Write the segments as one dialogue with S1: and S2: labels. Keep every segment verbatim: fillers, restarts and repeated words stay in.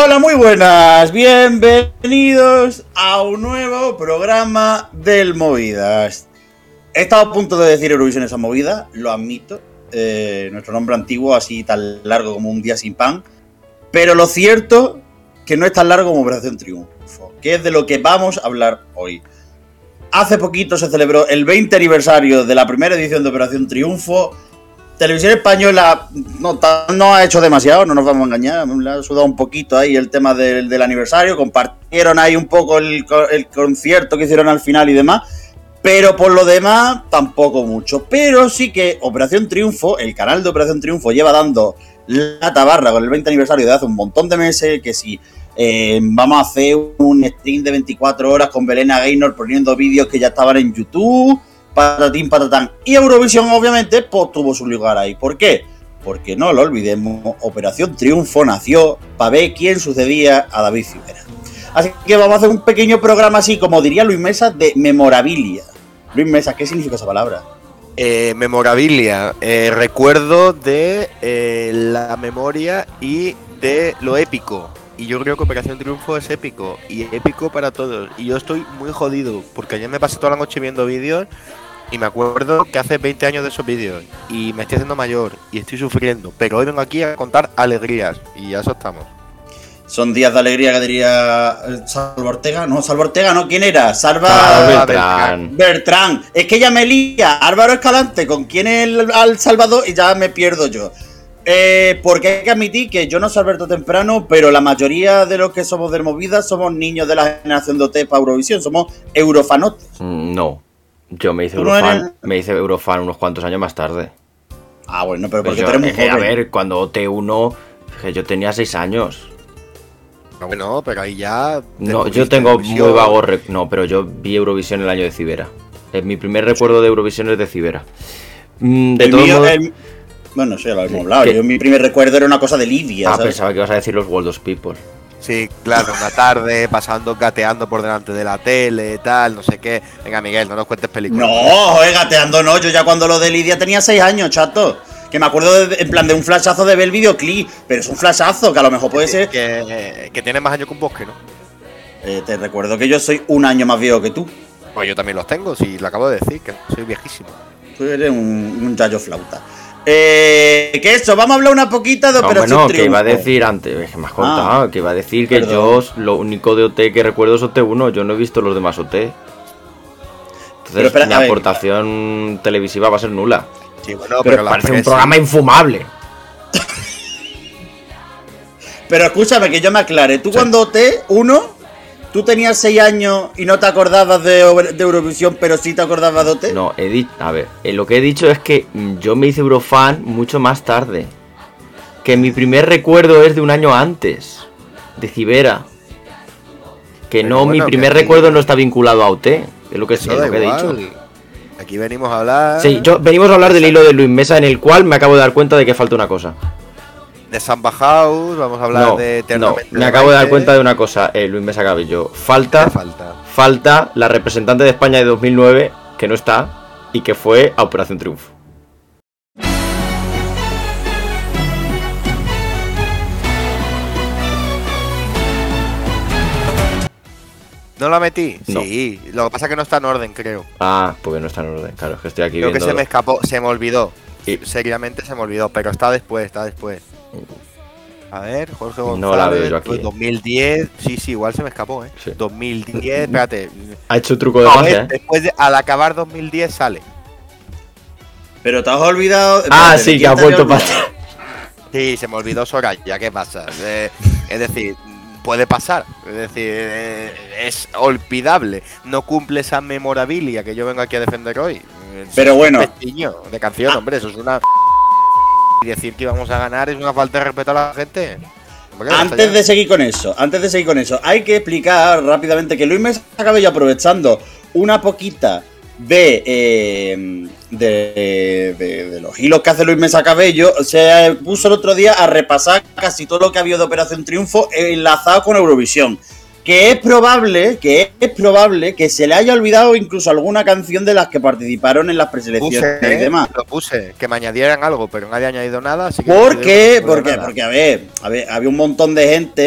S1: Hola, muy buenas, bienvenidos a un nuevo programa del Movidas. He estado a punto de decir Eurovisión esa movida, lo admito, eh, nuestro nombre antiguo así tan largo como un día sin pan, pero lo cierto que no es tan largo como Operación Triunfo, que es de lo que vamos a hablar hoy. Hace poquito se celebró el veinte aniversario de la primera edición de Operación Triunfo. Televisión Española no, no ha hecho demasiado, no nos vamos a engañar, le ha sudado un poquito ahí el tema del, del aniversario, compartieron ahí un poco el, el concierto que hicieron al final y demás, pero por lo demás tampoco mucho. Pero sí que Operación Triunfo, el canal de Operación Triunfo lleva dando la tabarra con el veinte aniversario de hace un montón de meses, que si eh, vamos a hacer un stream de veinticuatro horas con Belena Gaynor poniendo vídeos que ya estaban en YouTube, patatín patatán. Y Eurovisión obviamente pues tuvo su lugar ahí. ¿Por qué? Porque no lo olvidemos, Operación Triunfo nació para ver quién sucedía a David Civera. Así que vamos a hacer un pequeño programa así, como diría Luis Mesa, de memorabilia. Luis Mesa, ¿qué significa esa palabra?
S2: Eh, memorabilia, eh, recuerdo de eh, la memoria y de lo épico. Y yo creo que Operación Triunfo es épico, y épico para todos. Y yo estoy muy jodido, porque ayer me pasé toda la noche viendo vídeos y me acuerdo que hace veinte años de esos vídeos. Y me estoy haciendo mayor y estoy sufriendo. Pero hoy vengo aquí a contar alegrías, y a eso estamos.
S1: Son días de alegría, que diría Salva Ortega. No, Salva Ortega, ¿no? ¿Quién era? Salva
S2: Salva
S1: Bertrán. Bertrán. Es que ya me lía Álvaro Escalante con quién es el, al Salvador y ya me pierdo yo. Eh, porque hay que admitir que yo no soy Alberto Temprano, pero la mayoría de los que somos de Movidas somos niños de la generación de O T para Eurovisión, somos eurofanotes.
S3: No, yo me hice
S1: ¿Tú no
S3: Eurofan,
S1: eres?
S3: me hice Eurofan unos cuantos años más tarde.
S1: Ah, bueno, pero porque
S3: Pues
S1: tú
S3: yo,
S1: eres muy
S3: es que,
S1: joven.
S3: a ver, cuando O T uno, que yo tenía seis años.
S2: No, bueno, pero ahí ya...
S3: No,
S2: descubriste
S3: yo tengo
S2: Eurovisión.
S3: muy vago... rec- No, pero yo vi Eurovisión el año de Civera. Eh, mi primer recuerdo de Eurovisión es de Civera. Mm, de
S1: El
S3: todos
S1: mío,
S3: modos...
S1: el- Bueno, sí, lo hemos hablado.
S3: ¿Qué?
S1: Yo, mi primer recuerdo era una cosa de Lidia,
S3: Ah,
S1: ¿sabes?
S3: pensaba que ibas a decir los World of People.
S2: Sí, claro, una tarde, pasando, gateando por delante de la tele, tal, no sé qué. Venga, Miguel, no nos cuentes películas.
S1: No, joder, gateando no. Yo ya cuando lo de Lidia tenía seis años, chato. Que me acuerdo de- en plan de un flashazo de ver el videoclip. Pero es un flashazo, que a lo mejor puede ser...
S2: Que, que tiene más años que un bosque, ¿no?
S1: Eh, te recuerdo que yo soy un año más viejo que tú.
S2: Pues yo también los tengo, si lo acabo de decir, que soy viejísimo.
S1: Tú eres un, un yayo flauta. Eh, que eso, vamos a hablar una poquita de
S3: No,
S1: Operación
S3: bueno, que
S1: Triunfo.
S3: iba a decir antes, es que me has contado,
S1: Ah,
S3: que iba a decir que
S1: perdón.
S3: yo lo único de O T que recuerdo es O T uno, yo no he visto los demás O T. Entonces
S1: Pero espera,
S3: mi
S1: a ver.
S3: aportación televisiva va a ser nula.
S2: Sí, bueno,
S3: Pero,
S2: pero, la
S3: parece un
S2: presi-
S3: programa infumable.
S1: Pero escúchame, que yo me aclare. Tú
S3: Sí.
S1: cuando O T uno, tú tenías seis años y no te acordabas de, Euro- de Eurovisión, pero sí te acordabas de O T.
S3: No, he dicho, a ver, eh, lo que he dicho es que mm, yo me hice Eurofan mucho más tarde. Que mi primer recuerdo es de un año antes, de Civera. Que
S2: Pero
S3: no,
S2: bueno,
S3: mi
S2: que
S3: primer
S2: aquí-
S3: recuerdo no está vinculado a O T, es lo que,
S2: Eso
S3: es
S2: da
S3: lo que he
S2: igual.
S3: dicho.
S2: Aquí venimos a hablar
S3: Sí, yo venimos a hablar del hilo de Luis Mesa, en el cual me acabo de dar cuenta de que falta una cosa.
S2: de Samba House, vamos a hablar
S3: No,
S2: de
S3: no,
S2: Eternamente
S3: me acabo de dar
S2: Maite.
S3: cuenta de una cosa, eh, Luis Mesa Cabello.
S2: ¿Qué
S3: Falta,
S2: falta?
S3: falta la representante de España de dos mil nueve, que no está, y que fue a Operación Triunfo.
S2: ¿No la metí?
S3: No.
S2: Sí, lo que pasa es que no está en orden, creo.
S3: Ah, porque no está en orden, claro, es que estoy aquí
S2: Creo que
S3: viendo...
S2: se me escapó, se me olvidó.
S3: Y-
S2: Seriamente se me olvidó, pero está después, está después. A ver, Jorge González,
S3: No la veo yo aquí.
S2: pues dos mil diez, sí, sí, igual se me escapó, ¿eh?
S3: Sí.
S2: dos mil diez, espérate.
S3: Ha hecho truco de
S2: No,
S3: magia,
S2: es-
S3: ¿eh?
S2: después de, al acabar dos mil diez sale.
S1: Pero te has olvidado...
S3: Ah,
S1: espérate, ¿de
S3: sí, que
S1: quién
S3: ha
S1: te había
S3: vuelto para
S1: olvidado?
S3: atrás.
S2: Sí, se me olvidó Soraya, ¿qué pasa? Eh, es decir, puede pasar, es decir, eh, es olvidable, no cumple esa memorabilia que yo vengo aquí a defender hoy. Eso
S1: Pero
S2: es un
S1: bueno.
S2: pestiño de canción,
S1: Ah.
S2: hombre, eso es una... Y decir que íbamos a ganar es una falta de respeto a la gente. Hombre, basta
S1: Antes
S2: ya.
S1: de seguir con eso, antes de seguir con eso, hay que explicar rápidamente que Luis Mesa Cabello, aprovechando una poquita de, eh, de, de, de los hilos que hace Luis Mesa Cabello, se puso el otro día a repasar casi todo lo que ha habido de Operación Triunfo enlazado con Eurovisión. Que es probable, que es probable que se le haya olvidado incluso alguna canción de las que participaron en las preselecciones
S2: Puse,
S1: y
S2: ¿eh?
S1: demás.
S2: Lo puse, que me añadieran algo, pero nadie ha añadido nada. Así que
S1: ¿Por
S2: no
S1: qué?
S2: puedo
S1: Porque,
S2: nada.
S1: porque a ver, a ver, había un montón de gente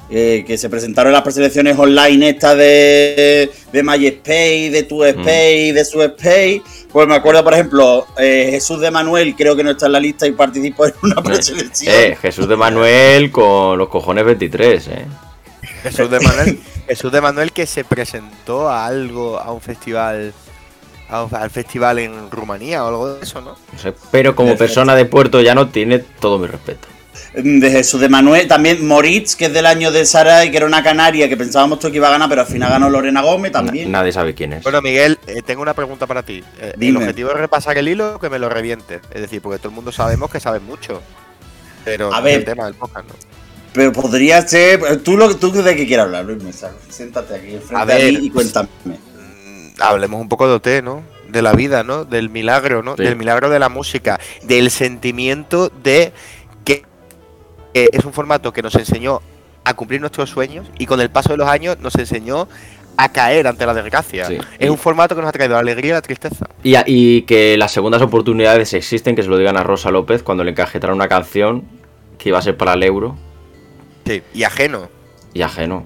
S1: eh, que se presentaron las preselecciones online estas de, de MySpace, de TwoSpace, mm. de SueSpace. Pues me acuerdo, por ejemplo, eh, Jesús de Manuel, creo que no está en la lista y participó en una preselección.
S3: Eh, Jesús de Manuel con los cojones veintitrés, eh.
S2: Jesús de Manuel, Jesús de Manuel que se presentó a algo, a un festival, a un, al festival en Rumanía o algo de eso, ¿no?
S3: No sé, pero como Perfecto. persona de Puerto Llano tiene todo mi respeto.
S1: De Jesús de Manuel, también Moritz, que es del año de Saray, que era una canaria que pensábamos tú que iba a ganar, pero al final ganó Lorena Gómez también.
S3: Nadie sabe quién es.
S2: Bueno, Miguel, eh, tengo una pregunta para ti. Eh, el objetivo es repasar el hilo, que me lo reviente. Es decir, porque todo el mundo sabemos que sabes mucho. Pero
S1: a
S2: no
S1: ver,
S2: es el tema del podcast, ¿no?
S1: Pero podría ser. ¿Tú, lo, tú de qué quieres hablar, Luis Mesa? Siéntate aquí enfrente a, ver, a mí y cuéntame.
S2: Mmm, hablemos un poco de O T, ¿no? De la vida, ¿no? Del milagro, ¿no? Sí. Del milagro de la música. Del sentimiento de que eh, es un formato que nos enseñó a cumplir nuestros sueños y con el paso de los años nos enseñó a caer ante la desgracia. Sí. Es un formato que nos ha traído la alegría y la tristeza.
S3: Y, a, y que las segundas oportunidades existen, que se lo digan a Rosa López cuando le encajetaron una canción que iba a ser para el Euro.
S2: Sí, y ajeno.
S3: Y ajeno.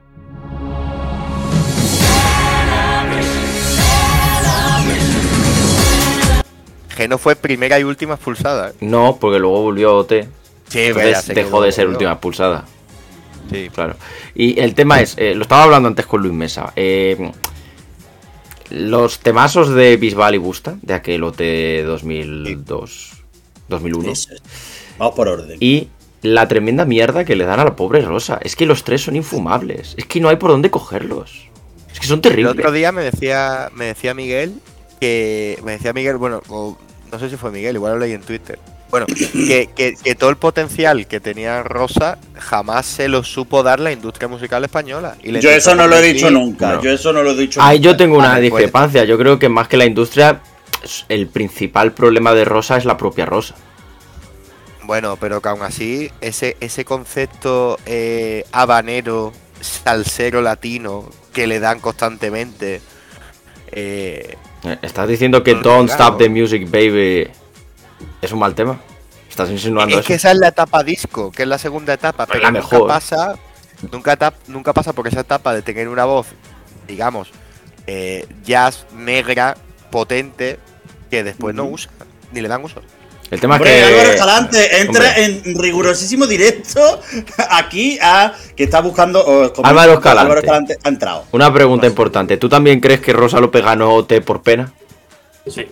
S2: Ajeno fue primera y última expulsada.
S3: No, porque luego volvió a O T.
S2: Sí,
S3: entonces dejó de ser última expulsada.
S2: Sí,
S3: claro. Y el tema es, eh, lo estaba hablando antes con Luis Mesa. Eh, los temazos de Bisbal y Busta, de aquel O T dos mil dos, sí. dos mil uno.
S1: Eso. Vamos por orden.
S3: Y la tremenda mierda que le dan a la pobre Rosa. Es que los tres son infumables. Es que no hay por dónde cogerlos. Es que son terribles.
S2: El otro día me decía, me decía Miguel que. Me decía Miguel, bueno, o, no sé si fue Miguel, igual lo leí en Twitter. Bueno, que, que, que todo el potencial que tenía Rosa jamás se lo supo dar la industria musical española. Y
S1: yo eso no lo he dicho nunca. No. Yo eso no lo he dicho
S3: Ahí
S1: nunca.
S3: Yo tengo una vale, discrepancia. Pues. Yo creo que más que la industria, el principal problema de Rosa es la propia Rosa.
S2: Bueno, pero que aún así, ese, ese concepto eh, habanero, salsero latino que le dan constantemente. Eh,
S3: ¿Estás diciendo que Don't Stop the Music Baby es un mal tema? ¿Estás insinuando
S2: es
S3: eso?
S2: Es que esa es la etapa disco, que es la segunda etapa, pero, pero
S3: la
S2: nunca
S3: mejor.
S2: pasa, nunca, tap, nunca pasa porque esa etapa de tener una voz, digamos, eh, jazz negra, potente, que después mm. no usa, ni le dan uso.
S3: El tema
S1: Hombre,
S3: es que
S1: Álvaro Escalante entra Hombre. en rigurosísimo directo aquí a que está buscando oh,
S3: Álvaro Escalante.
S1: Álvaro Escalante ha entrado.
S3: Una pregunta importante. ¿Tú también crees que Rosa López ganó O T por pena?
S4: Sí.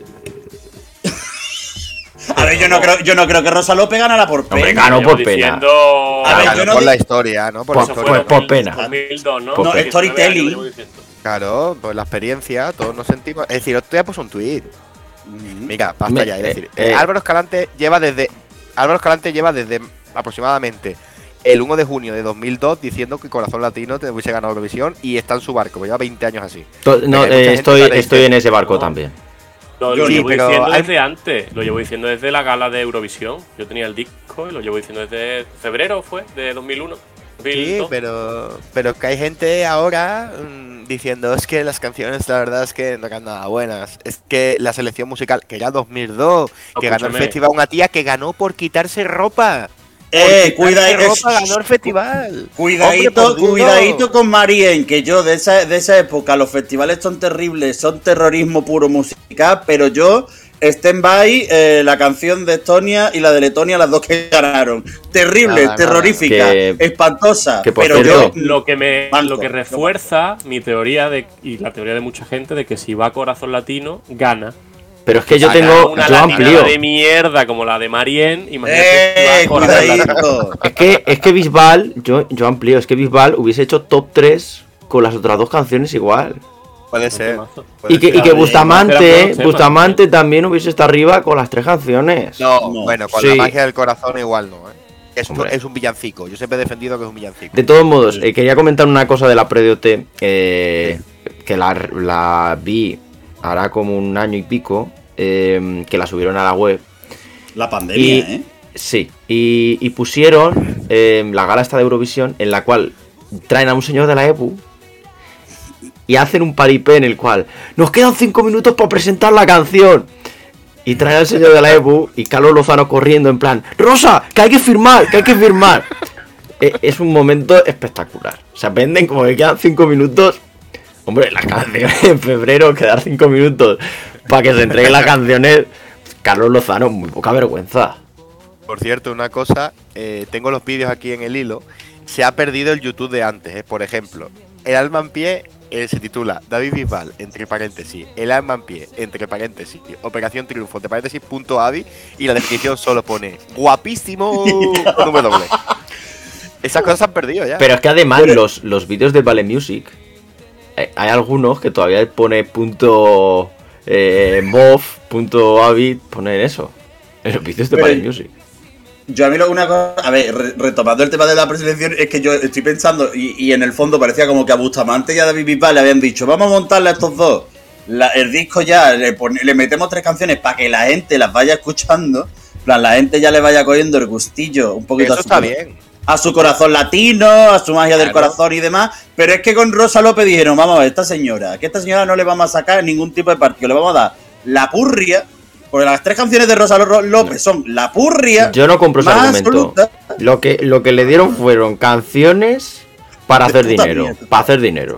S1: A ver, yo no creo, yo no creo que Rosa López ganara por pena.
S3: Hombre, ganó por pena.
S4: Diciendo...
S2: A ver, ganó yo no por la historia, ¿no? Por,
S3: por,
S2: la
S3: por,
S2: historia.
S3: por, por pena.
S4: dos mil dos, ¿no?
S1: No, storytelling.
S2: Claro, pues la experiencia, todos nos sentimos. Es decir, otro día puso un tweet. Mira, basta Me, ya. Es decir, eh, eh, Álvaro Escalante lleva desde. Álvaro Escalante lleva desde aproximadamente el uno de junio de dos mil dos diciendo que Corazón Latino te hubiese ganado Eurovisión y está en su barco. Lleva veinte años así.
S3: To, no, eh, estoy, estoy en ese barco no. también.
S4: Lo, lo sí, llevo diciendo hay... desde antes. Lo llevo diciendo desde la gala de Eurovisión. Yo tenía el disco y lo llevo diciendo desde febrero, fue, de dos mil uno.
S2: Sí, pero, pero que hay gente ahora mmm, diciendo es que las canciones la verdad es que no eran nada buenas. Es que la selección musical, que era dos mil dos, no, que ganó el festival, una tía que ganó por quitarse ropa.
S1: Eh, cuidadito,
S2: ropa, ganó el festival.
S1: Cuidadito, Hombre, cuidadito con Marien, que yo de esa, de esa época, los festivales son terribles, son terrorismo puro musical, pero yo... Stand By, eh, la canción de Estonia y la de Letonia, las dos que ganaron. Terrible, nada, terrorífica, nada. Que, espantosa.
S3: Que
S1: pero
S3: cierto,
S1: yo.
S4: Lo que me banco, lo que refuerza no. mi teoría de, y la teoría de mucha gente de que si va a Corazón Latino, gana.
S3: Pero es que yo tengo.
S4: Una
S3: yo amplío.
S4: de mierda como la de Marien.
S1: Imagínate. Eh, cuidadito.
S3: Es que, es que Bisbal, yo, yo amplío, es que Bisbal hubiese hecho top tres con las otras dos canciones igual.
S2: Puede ser. Puede
S3: y que,
S2: ser.
S3: y que Bustamante, Bustamante también hubiese estado arriba con las tres canciones.
S2: No, no. bueno, con sí. la magia del corazón igual no, ¿eh? Es, es un villancico. Yo siempre he defendido que es un villancico.
S3: De todos modos, eh, quería comentar una cosa de la pre de O T, eh, sí. que la, la vi hará como un año y pico, eh, que la subieron a la web.
S1: La pandemia,
S3: y,
S1: ¿eh?
S3: Sí, y, y pusieron eh, la gala esta de Eurovisión, en la cual traen a un señor de la E P U y hacen un paripé en el cual nos quedan cinco minutos para presentar la canción. Y traen al señor de la E P U y Carlos Lozano corriendo en plan, Rosa, que hay que firmar, que hay que firmar. es, es un momento espectacular. O sea, venden como que quedan cinco minutos. Hombre, las canciones en febrero, quedar cinco minutos para que se entreguen las canciones. Carlos Lozano, muy poca vergüenza.
S2: Por cierto, una cosa, eh, tengo los vídeos aquí en el hilo. Se ha perdido el YouTube de antes, ¿eh? Por ejemplo, el alma en pie eh, se titula David Bisbal, entre paréntesis, el alma en pie, entre paréntesis, Operación Triunfo, entre paréntesis, punto avi, y la descripción solo pone guapísimo con un W. Esas cosas se han perdido ya.
S3: Pero es que además los, los vídeos de Vale Music, eh, hay algunos que todavía pone punto eh, mov, punto avi, ponen eso, en los vídeos de
S1: Pero,
S3: Vale Music.
S1: Yo a mí lo una cosa, a ver, re, retomando el tema de la preselección, es que yo estoy pensando, y, y en el fondo parecía como que a Bustamante y a David Bisbal le habían dicho, vamos a montarle a estos dos la, el disco ya, le, pone, le metemos tres canciones para que la gente las vaya escuchando, en plan, la gente ya le vaya cogiendo el gustillo un poquito.
S2: Eso
S1: a su,
S2: está bien.
S1: A su corazón latino, a su magia claro. del corazón y demás, pero es que con Rosa López dijeron, vamos a ver, esta señora, que esta señora no le vamos a sacar ningún tipo de partido, le vamos a dar la purria. Porque las tres canciones de Rosa López son la purria.
S3: Yo no compro ese argumento. Lo que, lo que le dieron fueron canciones para hacer dinero. Mierda. Para hacer dinero.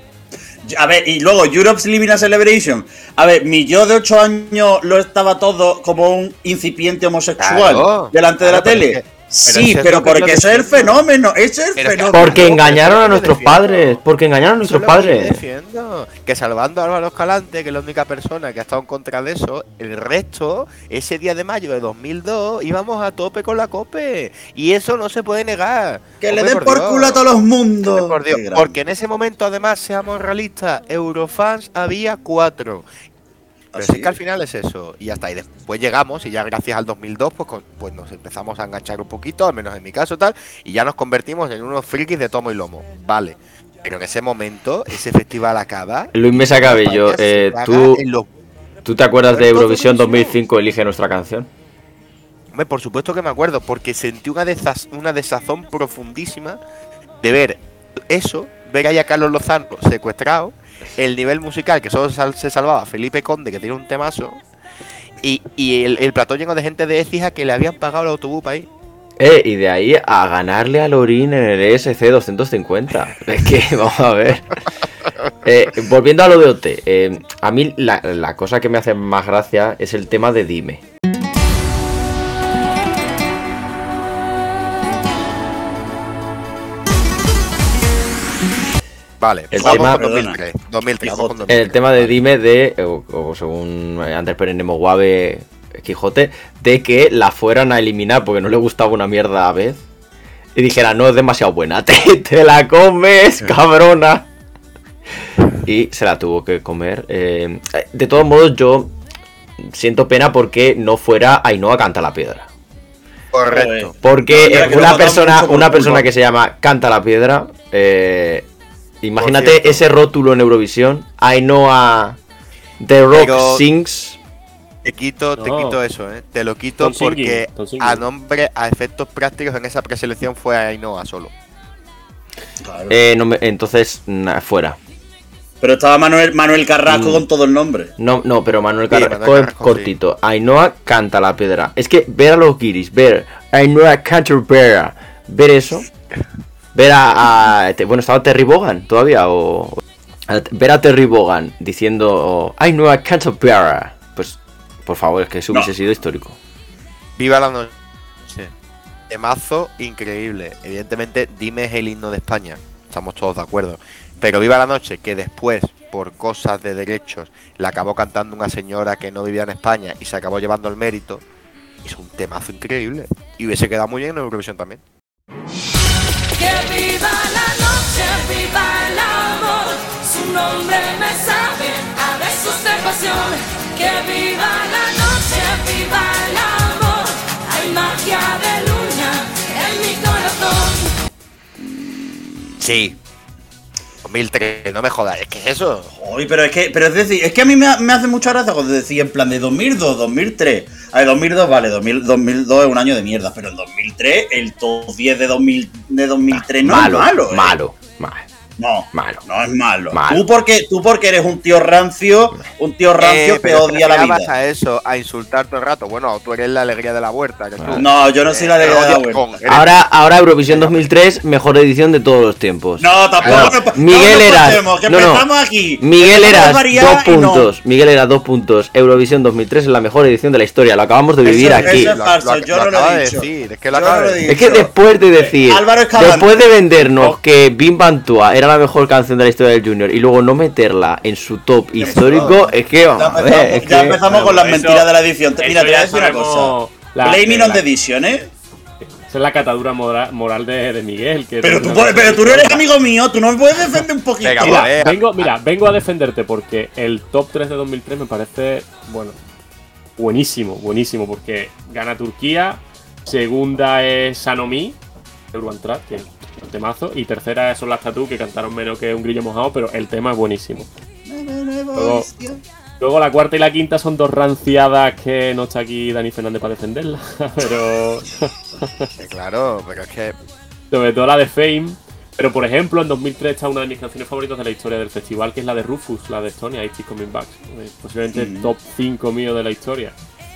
S1: A ver, y luego Europe's Living a Celebration. A ver, mi yo de ocho años lo estaba todo como un incipiente homosexual claro, delante claro, de la tele. Es que, sí, pero, pero porque ese es el fenómeno. Ese es el pero fenómeno.
S3: Porque engañaron a nuestros padres. Porque engañaron a nuestros padres.
S2: Defiendo. Que salvando a Álvaro Escalante, que es la única persona que ha estado en contra de eso, el resto, ese día de mayo de dos mil dos, íbamos a tope con la COPE. Y eso no se puede negar.
S1: Que Hombre, le den por, por culo a todos los mundos.
S2: Por Dios. Porque en ese momento, además, seamos realistas, Eurofans había cuatro. Pero sí que al final es eso, y hasta ahí después llegamos, y ya gracias al dos mil dos, pues, con, pues nos empezamos a enganchar un poquito, al menos en mi caso tal, y ya nos convertimos en unos frikis de tomo y lomo, vale. Pero en ese momento, ese festival acaba...
S3: Luis Mesa Cabello, eh, ¿tú, lo... ¿tú te acuerdas de Eurovisión dos mil cinco, Elige Nuestra Canción?
S2: Hombre, por supuesto que me acuerdo, porque sentí una, desaz una desazón profundísima de ver eso, ver ahí a Carlos Lozano secuestrado, el nivel musical que solo se salvaba Felipe Conde, que tiene un temazo, y, y el, el plató lleno de gente de Écija que le habían pagado el autobús para ir.
S3: Eh, y de ahí a ganarle a Lorín en el E S C doscientos cincuenta. Es que, vamos a ver. Eh, volviendo a lo de O T, eh, a mí la, la cosa que me hace más gracia es el tema de Dime.
S2: Vale,
S3: el
S2: vamos
S3: tema,
S2: con dos mil tres, dos mil tres, vamos con dos mil tres.
S3: El tema de Dime de, o, o según Andrés Pérez Nemoguave Quijote, de que la fueran a eliminar porque no le gustaba una mierda a vez y dijera, no, es demasiado buena, te, te la comes, cabrona. Y se la tuvo que comer. Eh, de todos modos, yo siento pena porque no fuera Ainhoa Canta la Piedra.
S2: Correcto.
S3: Porque no, una persona, una persona que se llama Canta la Piedra, eh, imagínate ese rótulo en Eurovisión, Ainhoa The Rock Pero Sings.
S2: Te quito, te no. quito eso, ¿eh? Te lo quito Tom porque singing, a nombre, a efectos prácticos en esa preselección fue Ainhoa solo.
S3: Claro. Eh, no me, entonces, nah, fuera.
S1: Pero estaba Manuel, Manuel Carrasco mm. con todo el nombre.
S3: No, no, pero Manuel Carrasco, sí, Manuel Carrasco es cortito. Sí. Ainhoa Canta la Piedra. Es que ver a los guiris, ver Ainhoa Canta la Piedra, ver eso, ver a, a bueno, estaba Terry Bogan todavía, o a, ver a Terry Bogan diciendo Ainhoa Canta la Piedra, pues por favor, es que eso hubiese no. sido histórico.
S2: Viva la noche. Temazo increíble. Evidentemente, Dime es el himno de España. Estamos todos de acuerdo. Pero Viva la noche, que después, por cosas de derechos, la acabó cantando una señora que no vivía en España y se acabó llevando el mérito, es un temazo increíble. Y hubiese quedado muy bien en Eurovisión también.
S5: Que viva la noche, viva el amor. Su nombre me sabe a besos de pasión. Que viva la noche, viva el amor. Hay magia de luna en mi corazón.
S2: Sí. dos mil tres, no me jodas, es que es eso.
S1: Uy, pero es que, pero es decir, es que a mí me, me hace mucha gracia cuando decía en plan de dos mil dos, dos mil tres. A ver, dos mil dos vale, dos mil, dos mil dos es un año de mierda, pero en dos mil tres el top diez de, dos mil, de dos mil tres no
S3: malo,
S1: es malo.
S3: Malo,
S1: ¿eh?
S3: malo.
S1: No,
S3: Malo.
S1: no es malo.
S3: Malo.
S1: Tú porque, tú porque eres un tío rancio, un tío rancio
S2: Eh,
S1: que
S2: pero
S1: odia la
S2: ya
S1: vida.
S2: vas a eso, a insultar todo el rato. Bueno, tú eres la alegría de la huerta. Que tú,
S1: No, yo no soy la
S2: eh,
S1: alegría de la
S2: odias
S1: huerta.
S2: con- eres-
S3: Ahora, ahora Eurovisión dos mil tres, mejor edición de todos los tiempos.
S1: No, tampoco
S3: No,
S1: nos-
S3: Miguel
S1: no nos
S3: Eras,
S1: pasemos, que
S3: no, no.
S1: empezamos aquí.
S3: Miguel
S1: Empezamos a
S3: Eras,
S1: variar
S3: dos
S1: y no.
S3: puntos. Miguel Eras, dos puntos. Eurovisión dos mil tres es la mejor edición de la historia. Lo acabamos de vivir
S1: Eso-
S3: aquí.
S1: eso es falso, yo no lo he
S2: acaba de
S1: dicho.
S2: decir, es que lo
S1: Yo
S2: acaba
S1: no lo
S2: de
S1: he
S2: decir.
S3: Es que después de decir,
S1: Álvaro Escalante.
S3: después de vendernos que Bim Bam Tua era la mejor canción de la historia del Junior y luego no meterla en su top histórico, es que
S1: Ya
S3: vamos a ver,
S1: empezamos,
S3: es
S1: ya
S3: que-
S1: empezamos con las
S4: Eso-
S1: mentiras de la edición. Te- Mira,
S4: eso
S1: te voy a
S4: ya
S1: decir una
S4: sabemos
S1: cosa.
S4: la-
S1: Blaming
S4: la-
S1: on the edition, ¿eh?
S4: Esa es la catadura mora- moral de, de Miguel. Que
S1: Pero tú,
S4: no-
S1: puedes- pero tú no eres amigo mío, tú no me puedes defender un poquito.
S2: Venga,
S4: Mira,
S2: joder.
S4: vengo, mira, vengo a defenderte porque el top tres de dos mil tres me parece, bueno, buenísimo, buenísimo, porque gana Turquía, segunda es Sanomi, Euroantrat, que es un temazo, y tercera son las Tatú, que cantaron menos que un grillo mojado, pero el tema es buenísimo. Luego, luego la cuarta y la quinta son dos ranciadas que no está aquí Dani Fernández para defenderla, pero
S2: Sí, claro, pero es que
S4: sobre todo la de Fame. Pero por ejemplo, en dos mil tres está una de mis canciones favoritas de la historia del festival, que es la de Rufus, la de Estonia, It's Coming Back. Eh, Posiblemente el
S1: Mm.
S4: top cinco mío de la historia.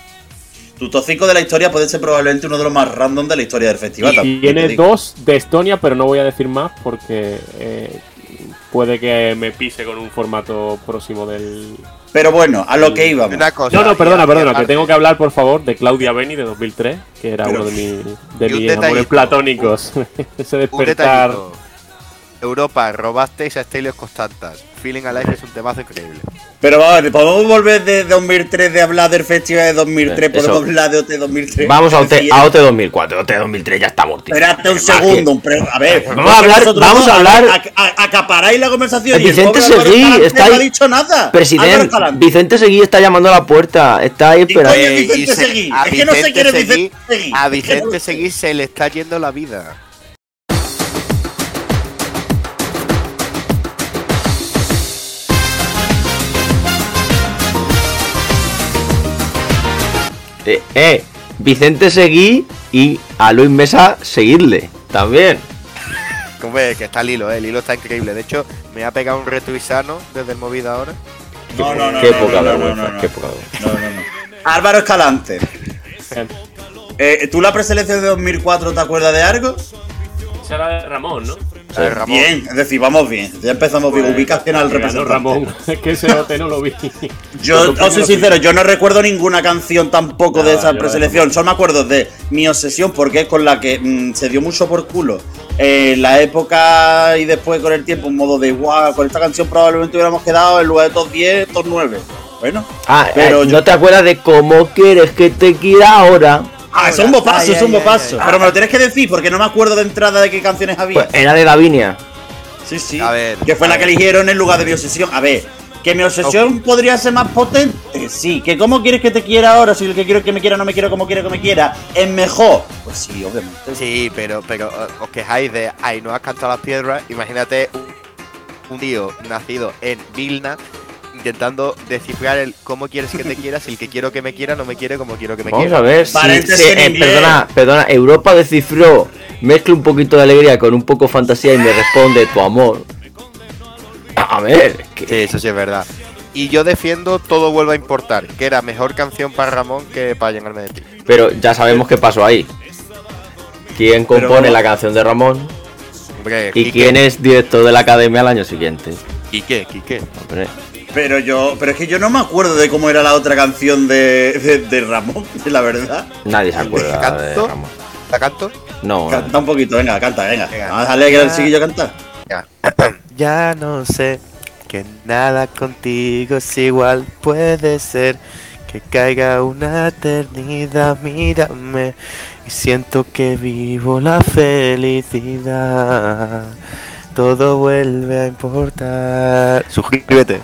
S1: Tu top cinco de la historia puede ser probablemente uno de los más random de la historia del festival.
S4: Y
S1: también te
S4: tiene
S1: digo.
S4: dos de Estonia, pero no voy a decir más porque eh, puede que me pise con un formato próximo del...
S1: Pero bueno, a lo que íbamos.
S2: una cosa.
S4: No, no, perdona,
S2: y- y
S4: perdona, que
S2: aparte-
S4: tengo que hablar, por favor, de Claudia Beni de dos mil tres, que era
S1: Pero-
S4: uno de, mi, de
S2: y un
S4: mis amores
S2: detallito,
S4: platónicos. Ese
S2: Un
S4: despertar...
S2: detallito. Europa, robasteis a Stelios Constantas. Feeling Alive es un temazo increíble.
S1: Pero vamos a ver, ¿podemos volver de dos mil tres de hablar del festival de dos mil tres?
S3: Eso.
S1: ¿Podemos hablar de O T dos mil tres?
S3: Vamos a O T,
S1: Es decir,
S3: a O T dos mil cuatro, O T dos mil tres ya está muerto.
S1: Espérate un
S3: Más
S1: segundo,
S3: que-
S1: un pre- a ver.
S3: Vamos a hablar-
S1: vosotros
S3: vamos
S1: dos
S3: a hablar-
S1: ac- a- Acaparáis la conversación y el
S3: Vicente
S1: pobre Álvaro
S3: Seguí
S1: Escalante
S3: está
S1: no
S3: ahí.
S1: ha dicho nada. Álvaro
S3: Presidente,
S1: Escalante.
S3: Vicente Seguí está llamando a la puerta, está ahí
S1: ¿Y coño
S3: esperando.
S1: es Vicente
S2: y se-
S1: Seguí?
S2: a
S1: Es que no sé quién es
S2: Vicente
S1: Vicente Seguí.
S2: A
S1: Es que no
S2: Vicente
S1: lo sé.
S2: Seguí se le está yendo la vida.
S3: Eh, eh, Vicente Seguí y a Luis Mesa seguirle también.
S2: Como ves, que está el hilo, eh, el hilo está increíble. De hecho, me ha pegado un retuisano desde el Movida ahora.
S1: No, no, no.
S3: Qué
S1: no,
S3: poca
S1: no, no,
S3: vergüenza,
S1: no, no.
S3: qué poca vergüenza.
S1: No, no, no. Álvaro Escalante. Eh, ¿Tú la preselección de dos mil cuatro te acuerdas de algo?
S4: Esa era de Ramón, ¿no?
S2: Eh, Ramón.
S1: Bien, es decir, vamos bien. Ya empezamos bien. Ubicación al
S4: Que ganó
S1: representante.
S4: Ramón. Es que ese O T no lo vi.
S1: Yo os soy sincero, yo no recuerdo ninguna canción tampoco de
S4: Nada,
S1: esa
S4: yo
S1: preselección. Solo me acuerdo de Mi Obsesión, porque es con la que mm, se dio mucho por culo en la época y después con el tiempo, un modo de guau, con esta canción probablemente hubiéramos quedado en lugar de top diez, top nueve. Bueno,
S3: Ah,
S1: pero
S3: eh,
S1: yo-
S3: ¿no te acuerdas de cómo quieres que te quiera ahora?
S1: Ah, es un bopazo,
S2: Ay,
S1: es un
S2: ay,
S1: bopazo.
S2: ay, ay.
S1: Pero me lo tienes que decir porque no me acuerdo de entrada de qué canciones había.
S3: Pues era de Davinia.
S1: Sí, sí.
S2: A ver,
S1: que fue
S2: a
S1: la que
S2: ver.
S1: eligieron en lugar de Mi Obsesión. A ver, que Mi Obsesión podría ser más potente. Sí, que cómo quieres que te quiera ahora, si el que quiero que me quiera no me quiero como quiero que me quiera, es mejor. Pues sí, obviamente.
S2: Sí, pero, pero eh, os quejáis de Ay, no has cantado las piedras. Imagínate un, un tío nacido en Vilna intentando descifrar el cómo quieres que te quiera, si el que quiero que me quiera no me quiere como quiero que me
S3: Vamos
S2: quiera.
S3: a ver si,
S1: Paréntesis
S3: si-
S1: en
S3: eh,
S1: inglés.
S3: perdona, perdona, Europa descifró, mezcla un poquito de alegría con un poco fantasía y me responde tu amor. A a ver, que-
S2: Sí, eso sí es verdad. Y yo defiendo Todo vuelve a importar, que era mejor canción para Ramón que para llenarme de ti.
S3: pero ya sabemos qué pasó ahí. ¿Quién compone
S1: vamos-
S3: la canción de Ramón?
S2: Hombre,
S3: ¿Y
S2: Quique,
S3: quién es director de la academia al año siguiente?
S2: Quique, Quique.
S3: Hombre,
S1: Pero yo, pero es que yo no me acuerdo de cómo era la otra canción de, de, de Ramón, la verdad.
S3: nadie se acuerda de
S2: ¿Canto?
S3: Ramón.
S2: ¿La canto?
S3: No,
S1: Canta un poquito, venga, canta, venga.
S2: Venga.
S1: Vamos a dejarle que el chiquillo canta.
S2: Ya. Ya no sé que nada contigo es igual. Puede ser que caiga una eternidad. Mírame y siento que vivo la felicidad. Todo vuelve a importar. Suscríbete.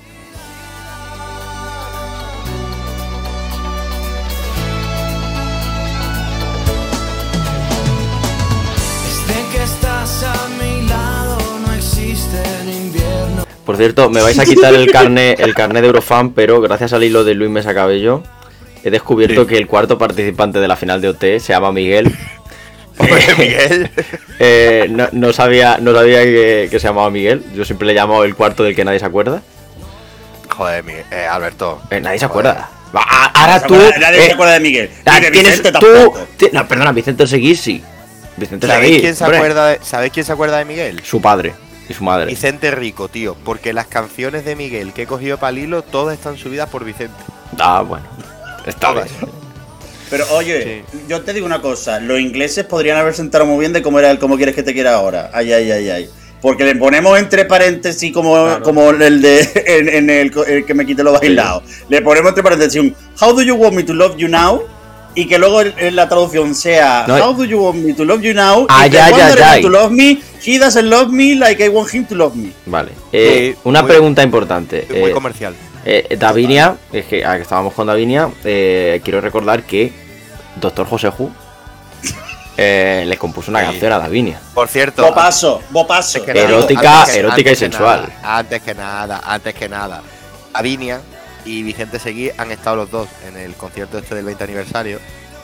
S5: Desde que estás a mi lado no existe en invierno.
S3: por cierto, me vais a quitar el carnet el carnet de Eurofan, pero gracias al hilo de Luis Mesa Cabello he descubierto que el cuarto participante de la final de O T se llama Miguel
S2: Hombre, Miguel.
S3: Eh, no, no sabía, no sabía que, que se llamaba Miguel. Yo siempre le llamo el cuarto del que nadie se acuerda.
S2: Joder, Miguel. Eh, Alberto.
S3: Eh, nadie se
S2: Joder.
S3: acuerda. Va, a- ahora tú.
S1: Nadie
S3: eh,
S1: se acuerda de Miguel.
S3: ah,
S1: Ni de
S3: tienes
S1: Vicente
S3: tú.
S1: tampoco.
S3: ti- No, perdona, Vicente Seguí sí. Vicente
S2: ¿Sabéis
S3: Seguí.
S2: quién se
S3: hombre.
S2: acuerda de, ¿Sabéis quién se acuerda de Miguel?
S3: Su padre y su madre.
S2: Vicente Rico, tío. Porque las canciones de Miguel que he cogido para el hilo, todas están subidas por Vicente.
S3: Ah, bueno. Está bien.
S2: Todas.
S1: Pero oye, yo te digo una cosa, los ingleses podrían haber sentado muy bien de cómo era el cómo quieres que te quiera ahora. Ay, ay, ay, ay. Porque le ponemos entre paréntesis como,
S4: Claro.
S1: como el de en, en el, el que me quite lo bailado. Le ponemos entre paréntesis un How do you want me to love you now? Y que luego en, en la traducción sea
S3: No.
S1: How do you want me to love you now?
S3: Ay,
S1: y que
S3: ay,
S1: Wonder
S3: ay,
S1: want
S3: ay.
S1: to love me, he doesn't love me like I want him to love me.
S3: Vale. Eh,
S2: Sí,
S3: una
S2: muy-
S3: pregunta importante.
S2: Muy
S3: Eh,
S2: comercial.
S3: eh, Davinia, es que, ah, que estábamos con Davinia, eh, quiero recordar que Doctor José Ju eh, le compuso una
S2: Sí.
S3: canción a Davinia.
S2: Por cierto.
S1: Bopaso, bopaso.
S2: antes que
S3: Pero-
S2: nada-
S3: Erótica-
S2: antes que-
S3: erótica y
S2: antes que
S3: sensual.
S2: nada, antes que nada, antes que nada. Lavinia y Vicente Seguí han estado los dos en el concierto este del veinte aniversario.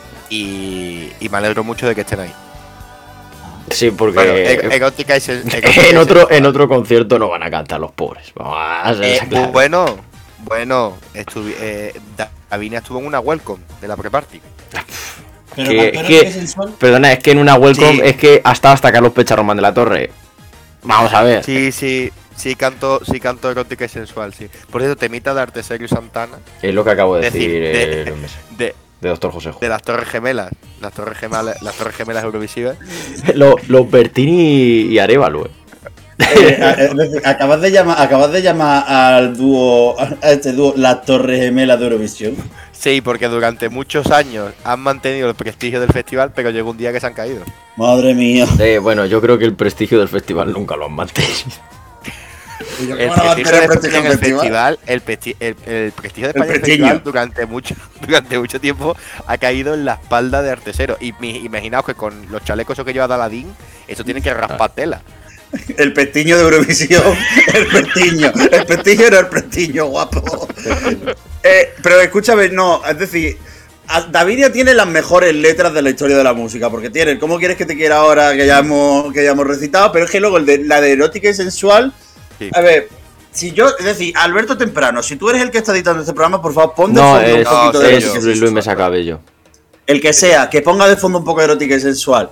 S2: Y, y me alegro mucho de que estén ahí.
S3: Sí, porque
S2: Bueno,
S3: eh,
S2: e- erótica y sen- erótica y
S3: en otro
S2: sensual.
S3: en otro concierto no van a cantar los pobres. Vamos a ser
S2: Eh,
S3: claros.
S2: Bueno, bueno, estuvi- eh, Da- Lavinia estuvo en una welcome de la pre-party.
S1: Pero
S3: que-
S1: pero
S3: que-
S1: es sensual.
S3: Perdona, es que en una welcome
S2: Sí.
S3: es que hasta hasta Carlos Pecha Román de la Torre. Vamos a ver.
S2: Sí, sí, sí canto, sí canto erótica y sensual, sí. Por eso, temita de Arteserio Santana
S3: Es lo que acabo de
S2: Decir,
S3: decir,
S2: de-
S3: eh, Luis Mesa,
S2: de,
S3: de Doctor José Ju.
S2: de las Torres Gemelas, las Torres Gemelas, las Torres Gemelas Eurovisivas.
S3: Los, los Bertini y Arevalo. eh.
S1: Eh, a- es decir, acabas de llamar, acabas de llamar al dúo, a este dúo, las Torres Gemelas de Eurovisión.
S2: Sí, porque durante muchos años han mantenido el prestigio del festival, pero llegó un día que se han caído.
S1: Madre mía.
S3: Eh, bueno, yo creo que el prestigio del festival nunca lo han mantenido.
S1: ¿Cómo
S2: El
S1: van a
S2: prestigio
S1: mantener
S2: de
S1: el prestigio
S2: España en
S1: del
S2: el
S1: festival?
S2: festival, el, pesti- el, el prestigio de
S1: El
S2: España en el
S1: prestiño.
S2: festival durante mucho, durante mucho tiempo ha caído en la espalda de Artesero. Y mi- imaginaos que con los chalecos esos que lleva Daladín, eso tiene que raspar tela.
S1: El pestiño de Eurovisión. El pestiño. El pestiño era el pestiño, guapo. Eh, pero escúchame, no, es decir, a- Davinia tiene las mejores letras de la historia de la música, porque tiene el ¿Cómo quieres que te quiera ahora? Que ya hemos, que ya hemos recitado, pero es que luego el de, la de erótica y sensual.
S2: Sí.
S1: A ver, si yo, es decir, Alberto Temprano, si tú eres el que está editando este programa, por favor, pon de
S3: No,
S1: fondo un
S3: es,
S1: poquito de
S2: soy
S3: es
S1: erótica y
S3: Luis
S1: sensual.
S3: Mesa Cabello.
S1: El que sea, que ponga de fondo un poco de erótica y sensual.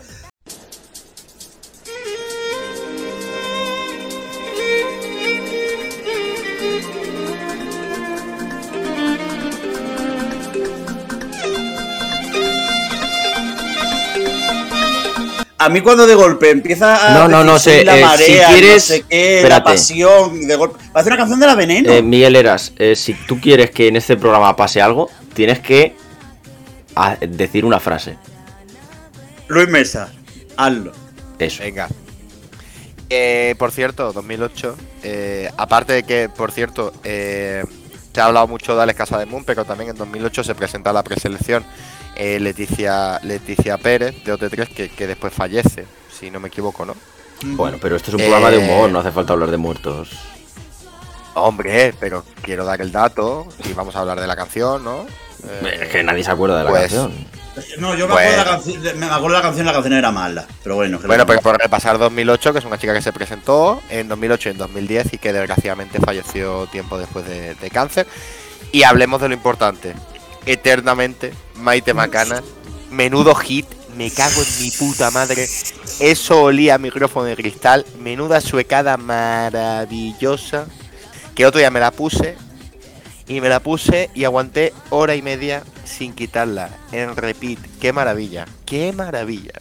S1: A mí cuando de golpe empieza a
S3: No, no, no
S1: decir,
S3: sé,
S1: soy la
S3: eh,
S1: marea,
S3: si
S1: no
S3: quieres-
S1: sé qué, la
S3: espérate.
S1: pasión, de golpe. Parece una canción de la Veneno.
S3: Eh, Miguel Eras, eh, si tú quieres que en este programa pase algo, tienes que ah, decir una frase.
S1: Luis Mesa, hazlo.
S3: Eso.
S2: Venga. Eh, por cierto, dos mil ocho, eh, aparte de que, por cierto, eh, se ha hablado mucho de Alex Casademunt, pero también en dos mil ocho se presenta la preselección eh, Leticia Leticia Pérez de O T tres, que, que después fallece, si no me equivoco, ¿no?
S3: Bueno, pero esto es un
S2: Eh,
S3: programa de humor, no hace falta hablar de muertos.
S2: Hombre, pero quiero dar el dato y vamos a hablar de la canción, ¿no? Eh,
S3: Es que nadie se acuerda de la
S2: pues,
S3: canción.
S1: No, yo me
S2: Bueno.
S1: acuerdo de la canción, me acuerdo de la canción, la canción era mala, pero bueno. que
S2: Bueno,
S1: lo-
S2: pues por repasar dos mil ocho, que es una chica que se presentó en dos mil ocho y en dos mil diez y que desgraciadamente falleció tiempo después de, de cáncer. Y hablemos de lo importante. Eternamente, Maite Macana, menudo hit, me cago en mi puta madre. Eso olía a micrófono de cristal, menuda suecada maravillosa. Que otro día me la puse y me la puse y aguanté hora y media sin quitarla, en repeat. Qué maravilla, qué maravilla.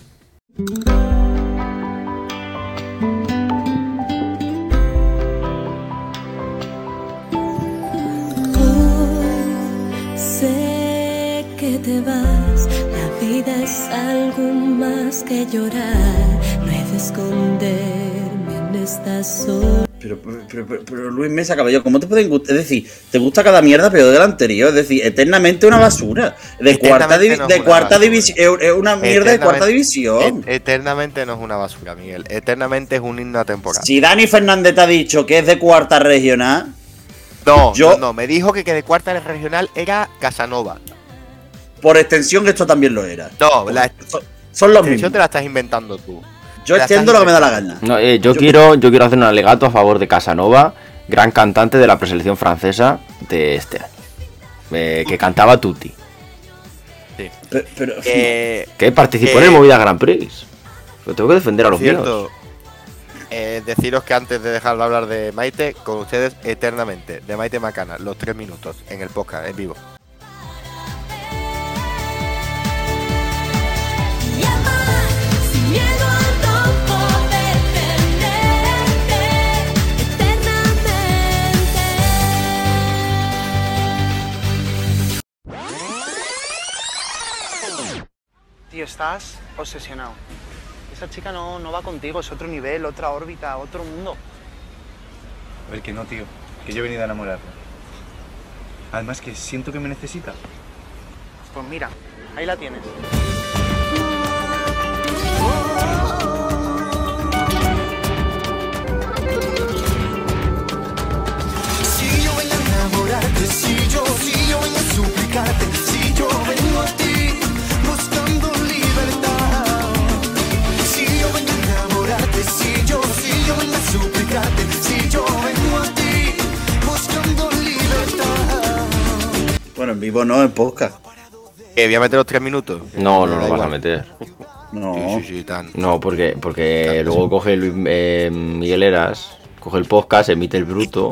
S5: Hoy sé que te vas, la vida es algo más que llorar. No he de esconderme en esta soledad.
S1: Pero, pero, pero, pero, pero Luis Mesa Cabello, ¿cómo te pueden gustar? Es decir, te gusta cada mierda, pero de la anterior. Es decir, eternamente una basura. De
S2: Eternamente
S1: cuarta, divi-
S2: no es
S1: de
S2: una
S1: cuarta
S2: basura.
S1: división. Es una mierda de cuarta
S2: Eternamente-
S1: división.
S2: Et- eternamente no es una basura, Miguel. Eternamente es un himno temporal.
S1: Si Dani Fernández te ha dicho que es de cuarta regional,
S2: No,
S1: Yo-
S2: no, no, me dijo que, que de cuarta de regional era Casanova.
S1: por extensión esto también lo era.
S2: No, la,
S1: O Son los
S2: televisión
S1: mismos.
S2: te la estás inventando tú.
S1: Yo
S2: te la
S1: extiendo
S2: estás
S1: lo que me da la gana.
S3: No, eh, yo,
S1: Yo-
S3: quiero, yo quiero hacer un alegato a favor de Casanova, gran cantante de la preselección francesa de este año. Eh, que cantaba Tutti.
S1: Pero, pero-
S2: Eh,
S3: Que participó
S2: Eh,
S3: en el Movida Grand Prix. Lo tengo que defender a los míos.
S2: cierto. Eh, deciros que antes de dejar de hablar de Maite, con ustedes eternamente, de Maite Macana, los tres minutos en el podcast, en vivo.
S5: Llama sin miedo al topo de tenerte eternamente.
S6: Tío, estás obsesionado. Esa chica no, no va contigo, es otro nivel, otra órbita, otro mundo.
S7: A ver, que no, tío. Que yo he venido a enamorarme. Además que siento que me necesita.
S6: Pues mira, ahí la tienes.
S5: Si yo vengo a enamorarte, si yo, si yo vengo a suplicarte, si yo vengo a ti buscando libertad. Si yo vengo a enamorarte, si yo, si yo vengo a suplicarte, si yo vengo a ti buscando libertad.
S1: Bueno, en vivo no, en podcast.
S2: Eh, voy a meter los tres minutos.
S3: No, no
S2: Me
S3: lo
S2: da
S3: vas a
S2: igual.
S3: meter.
S1: No.
S2: Sí, sí, sí, tan.
S3: No, porque, porque luego coge Luis, eh, Miguel Eras, coge el podcast, emite el bruto.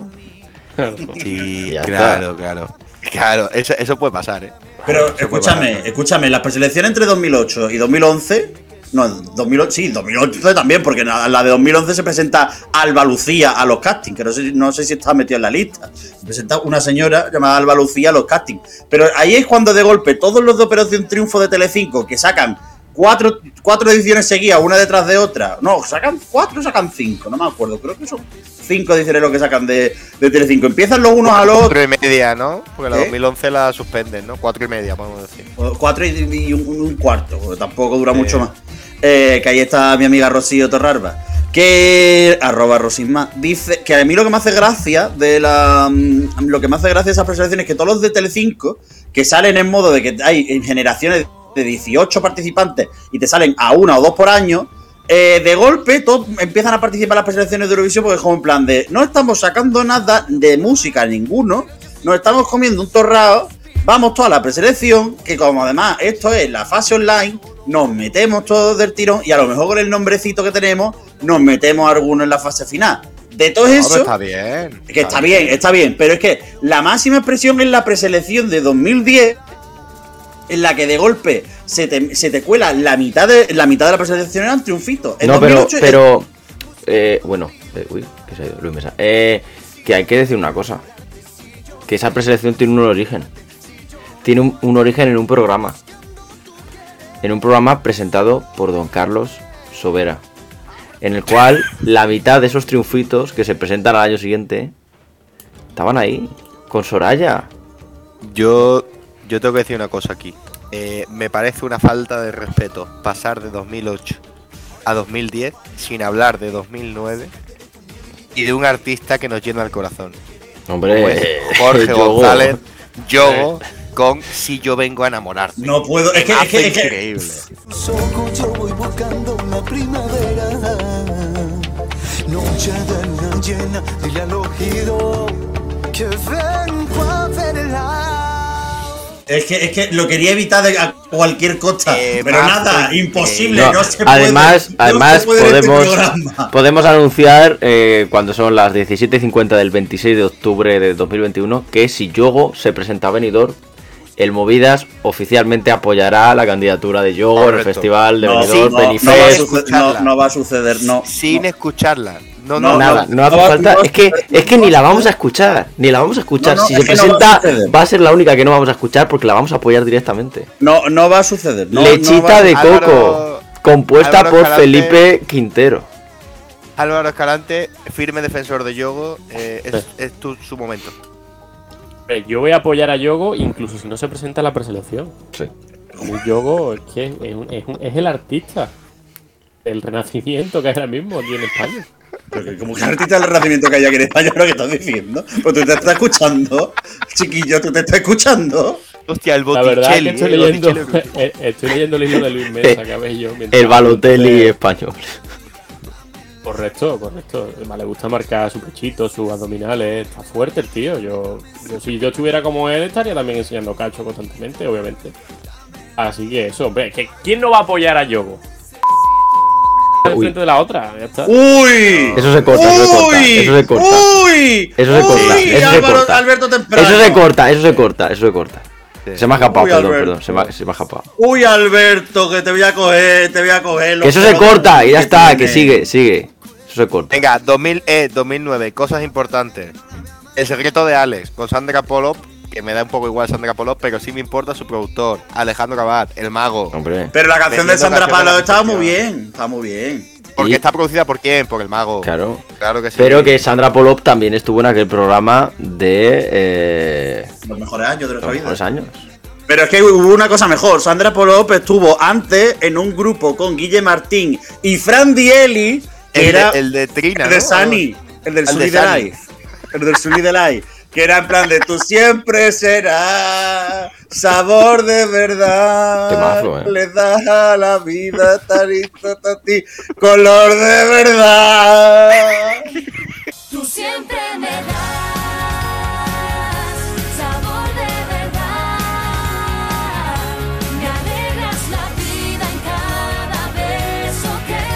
S2: Sí,
S3: Ya
S2: claro, claro. Claro, eso, eso puede pasar, ¿eh?
S1: Pero
S2: Eso puede
S1: escúchame,
S2: pasar.
S1: escúchame, las preselecciones entre dos mil ocho y dos mil once. No, dos mil ocho, sí, dos mil once también, porque en la de dos mil once se presenta Alba Lucía a los castings, que no sé, no sé si está metido en la lista. Se presenta una señora llamada Alba Lucía a los castings. Pero ahí es cuando de golpe todos los de Operación Triunfo de Telecinco, que sacan cuatro, cuatro ediciones seguidas, una detrás de otra. No, sacan cuatro o sacan cinco, no me acuerdo. Creo que son cinco ediciones lo que sacan de, de Telecinco. Empiezan los unos a los
S2: Cuatro y media, ¿no? Porque la
S1: ¿Eh?
S2: dos mil once la suspenden, ¿no? Cuatro y media, podemos decir.
S1: cuatro y, y un, un cuarto, porque tampoco dura
S2: Sí.
S1: mucho más. Eh, que ahí está mi amiga Rocío Torrarba. Que arroba Rosisma dice que a mí lo que me hace gracia de la mm, lo que me hace gracia de esas preselecciones es que todos los de Telecinco que salen en modo de que hay en generaciones de dieciocho participantes y te salen a una o dos por año, eh, de golpe todos empiezan a participar en las preselecciones de Eurovisión porque es como en plan de no estamos sacando nada de música ninguno, nos estamos comiendo un torrao, vamos toda la preselección, que como además esto es la fase online, nos metemos todos del tirón y a lo mejor con el nombrecito que tenemos nos metemos algunos en la fase final. De todo
S2: No,
S1: eso,
S2: pero está bien.
S1: que está bien, está bien, pero es que la máxima expresión es la preselección de dos mil diez, en la que de golpe se te, se te cuela la mitad de la mitad de la preselección eran triunfitos. En
S3: No, pero,
S1: dos mil ocho
S3: pero eh, bueno, eh, uy, que se ha ido Luis Mesa. Eh, que hay que decir una cosa. Que esa preselección tiene un origen. Tiene un, un origen en un programa. En un programa presentado por don Carlos Sobera. En el cual la mitad de esos triunfitos que se presentan al año siguiente estaban ahí, con Soraya.
S2: Yo, yo tengo que decir una cosa aquí. Eh, me parece una falta de respeto pasar de dos mil ocho a dos mil diez sin hablar de dos mil nueve y de un artista que nos llena el corazón.
S3: Hombre,
S2: Como es Jorge
S3: Yogo.
S2: González, Yogo, con Si yo vengo a enamorarte.
S1: no puedo, es que,
S2: Me
S1: es que,
S2: hace
S1: es que-
S2: increíble.
S5: Soco, yo voy buscando la primavera. Noche de luna llena, dile al oído que vengo a verla.
S1: es que es que lo quería evitar de a cualquier costa,
S2: Eh,
S1: pero
S2: más
S1: nada,
S2: de-
S1: imposible,
S3: No,
S1: no, se
S3: además,
S1: puede.
S3: además
S1: no se puede en este
S3: podemos,
S1: programa.
S3: podemos anunciar eh, cuando son las diecisiete y cincuenta del veintiséis de octubre de dos mil veintiuno que si Yogo se presenta a Benidorm, el Movidas oficialmente apoyará la candidatura de Yogo en el
S2: Correcto.
S3: Festival de
S1: No,
S3: Benidorm,
S1: sí, no, no, va a
S3: Benifest.
S1: suceder, no, no va a suceder, no.
S2: Sin
S1: no.
S2: escucharla. No,
S1: No,
S2: no,
S3: Nada, no hace
S1: no va-
S3: falta.
S1: no va a
S3: Es que,
S1: suceder.
S3: es que ni la vamos a escuchar. Ni la vamos a escuchar.
S1: No, no,
S3: si
S1: es
S3: se
S1: que no va a
S3: presenta,
S1: suceder.
S3: va a ser la única que no vamos a escuchar porque la vamos a apoyar directamente.
S1: No, no va a suceder. No,
S3: Lechita
S1: no va-
S3: de
S2: Álvaro-
S3: coco, compuesta
S2: Álvaro
S3: por
S2: Escalante.
S3: Felipe Quintero.
S2: Álvaro Escalante, firme defensor de Yogo, eh, es, es tu- su momento.
S4: Eh, Yo voy a apoyar a Yogo incluso si no se presenta en la preselección.
S3: Sí.
S4: El Yogo es que es, un- es un- es el artista del renacimiento que hay ahora mismo aquí en España.
S1: Porque como que artista del renacimiento que hay aquí en España, lo que estás diciendo. Pues tú te estás escuchando, chiquillo, tú te estás escuchando.
S2: Hostia, el
S4: La verdad es que
S2: Botticelli.
S4: estoy
S2: eh,
S4: leyendo,
S2: Botticelli.
S4: eh, estoy leyendo el libro de Luis Mesa, Cabello. mientras-
S3: El Balotelli español.
S4: Correcto, correcto. Además, le gusta marcar su pechito, sus abdominales. Está fuerte el tío. Yo, yo si yo estuviera como él, estaría también enseñando cacho constantemente, obviamente. Así que eso, hombre, que ¿quién no va a apoyar a Yogo?
S3: Uy.
S4: Frente de la otra, ya está.
S1: ¡Uy!
S3: Eso se corta, eso se corta,
S1: ¡Uy!
S3: eso se corta.
S1: ¡Uy!
S3: Eso se corta,
S1: ¡Uy!
S3: eso se
S1: Álvaro-
S3: corta.
S1: Alberto Temprano.
S3: Eso se corta, eso se corta, eso se corta. Se me ha escapado,
S1: Uy,
S3: perdón,
S1: Alberto.
S3: perdón, se me ha, se me ha escapado.
S1: Uy, Alberto, que te voy a coger, te voy a coger.
S3: Que eso se corta y ya está, que sigue, sigue. Eso se corta.
S2: Venga, dos mil, eh, dos mil nueve, cosas importantes. El secreto de Alex, con Sandra Pollock, que me da un poco igual Sandra Pollock, pero sí me importa su productor, Alejandro Cabal, el mago.
S3: Hombre,
S1: Pero la canción de
S2: Vendiendo
S1: Sandra
S2: canciones de
S1: Palo
S2: la
S1: estaba muy
S2: perfección.
S1: bien, está muy bien.
S2: Porque
S3: Y-
S2: está producida por quién, por el mago.
S3: claro.
S2: Claro que sí.
S3: Pero que Sandra Pollock también estuvo en aquel programa de eh,
S1: Los mejores años de
S3: los
S1: nuestra vida.
S3: mejores años.
S1: Pero es que hubo una cosa mejor. Sandra Pollock estuvo antes en un grupo con Guille Martín y Fran Dieli, que
S2: el,
S1: era
S2: de, el de Trina,
S1: el de
S2: ¿no?
S1: Sani, el del
S2: El
S1: Sully
S2: de
S1: de
S2: Sani.
S1: Life. El del Sully de Life. Que era en plan de tú siempre serás sabor de verdad.
S3: Temazo, eh.
S1: Le das a la vida tarito a ti color de verdad.
S5: Tú siempre me das sabor de verdad. Me alegras la vida en cada beso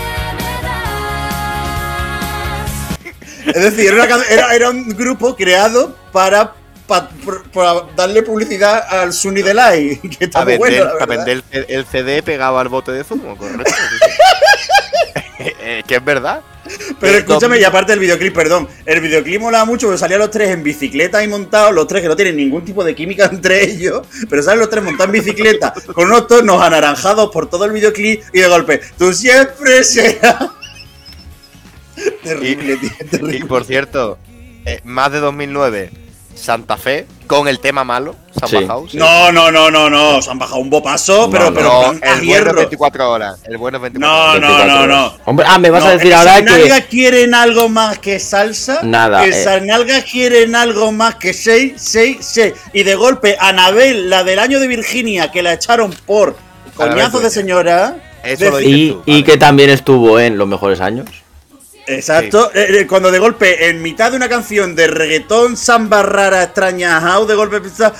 S5: que me das.
S1: Es decir, era, una can- era, era un grupo creado para, pa- por- para darle publicidad al Sunny Delay, que está
S2: A
S1: muy
S2: vender,
S1: bueno, la
S2: a
S1: verdad.
S2: vender el, el C D pegado al bote de zumo, correcto. Es que es verdad.
S1: Pero
S2: Eh,
S1: escúchame,
S2: dos-
S1: y aparte el videoclip, perdón, el videoclip molaba mucho porque salían los tres en bicicleta y montados, los tres que no tienen ningún tipo de química entre ellos, pero salen los tres montados en bicicleta con unos tonos anaranjados por todo el videoclip y de golpe, tú siempre serás. Terrible, tío, terrible.
S2: Y por cierto, eh, más de dos mil nueve, Santa Fe, con el tema malo, Samba
S3: Sí.
S2: House.
S1: No, no, no, no, no, se han bajado un bopazo,
S3: No,
S1: pero,
S3: no,
S1: pero
S2: No,
S1: en plan a
S2: el bueno es
S1: hierro.
S2: veinticuatro horas. El bueno es veinticuatro
S1: No,
S2: horas.
S1: no,
S3: veinticuatro
S1: no,
S3: horas. no. Hombre, ah, me vas
S1: No,
S3: a decir
S1: que
S3: ahora
S1: esas nalgas
S3: que.
S1: quieren algo más que salsa.
S3: Nada,
S1: Que
S3: eh.
S1: esas nalgas quieren algo más que seis, seis, seis. Y de golpe, Anabel, la del año de Virginia, que la echaron por coñazo de
S2: Dueña.
S1: señora.
S2: Eso
S1: de-
S2: lo dices
S3: Y,
S2: tú,
S3: y
S2: vale.
S3: que también estuvo en Los Mejores Años.
S1: Exacto. eh, eh, cuando de golpe, en mitad de una canción de reggaetón, samba rara, extraña, house, de golpe empieza.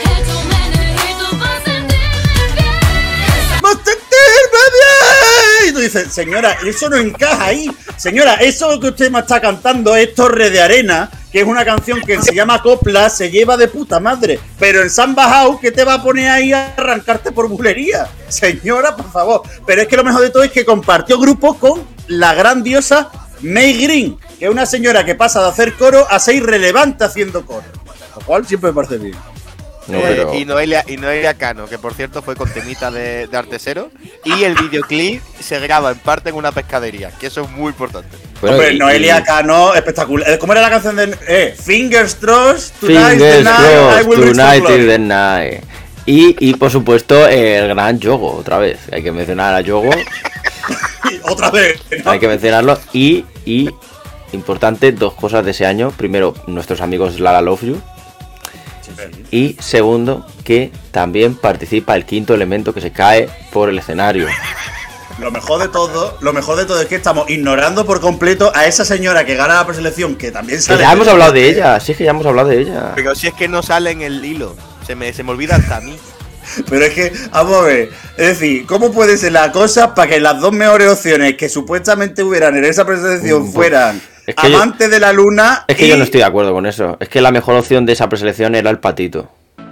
S1: ¡Va a sentirme bien! Y tú dices, señora, eso no encaja ahí. Señora, eso que usted me está cantando es Torre de Arena, que es una canción que se llama Copla, se lleva de puta madre. Pero en Samba House, ¿qué te va a poner ahí a arrancarte por bulería? Señora, por favor. Pero es que lo mejor de todo es que compartió grupo con la gran diosa May Green, que es una señora que pasa de hacer coro a ser irrelevante haciendo coro. Lo cual siempre me parece bien.
S3: No,
S2: Eh,
S3: pero.
S2: y, Noelia, y Noelia Cano, que por cierto fue con temita de, de Artesero. Y el videoclip se graba en parte en una pescadería, que eso es muy importante.
S3: Bueno,
S1: Hombre,
S3: y-
S1: Noelia
S3: y-
S1: Cano, espectacular. ¿Cómo era la canción de eh, Fingers Crossed? Tonight's the
S3: Fingers
S1: night I
S3: crossed,
S1: will reach
S3: tonight
S1: for
S3: is
S1: glory.
S3: the night. Y, y por supuesto, el gran Yogo, otra vez. Hay que mencionar a Yogo,
S1: Otra vez. ¿no?
S3: hay que mencionarlo. Y, y, importante, dos cosas de ese año. Primero, nuestros amigos Lala Love You. Y segundo, que también participa el quinto elemento que se cae por el escenario.
S1: Lo mejor de todo, lo mejor de todo es que estamos ignorando por completo a esa señora que gana la preselección, que también
S3: Que
S1: sale.
S3: ya hemos hablado de ella, sí es que ya hemos hablado de ella.
S2: Pero si es que no sale en el hilo, se me, se me olvida hasta a mí.
S1: Pero es que, vamos a ver, es decir, ¿cómo puede ser la cosa para que las dos mejores opciones que supuestamente hubieran en esa preselección
S3: Uf,
S1: fueran
S3: es que yo-
S1: Amante de la Luna?
S3: Es que
S1: y-
S3: yo no estoy de acuerdo con eso. Es que la mejor opción de esa preselección era el patito.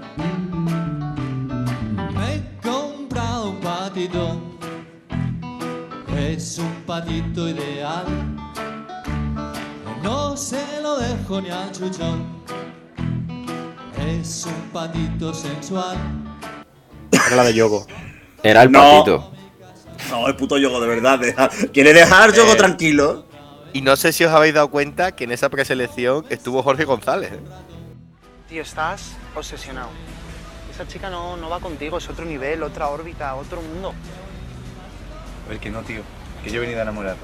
S8: Me he comprado un patito, es un patito ideal. No se lo dejo ni al chuchón, es un patito sensual.
S4: Era la de Yogo.
S3: Era el
S1: No.
S3: patito.
S1: No, el puto Yogo, de verdad. deja- ¿Quiere dejar Yogo
S2: Eh.
S1: tranquilo?
S2: Y no sé si os habéis dado cuenta que en esa preselección estuvo Jorge González. ¿eh?
S6: Tío, estás obsesionado. Esa chica no, no va contigo, es otro nivel, otra órbita, otro mundo.
S7: A ver, que no, tío. Que yo he venido a enamorarla.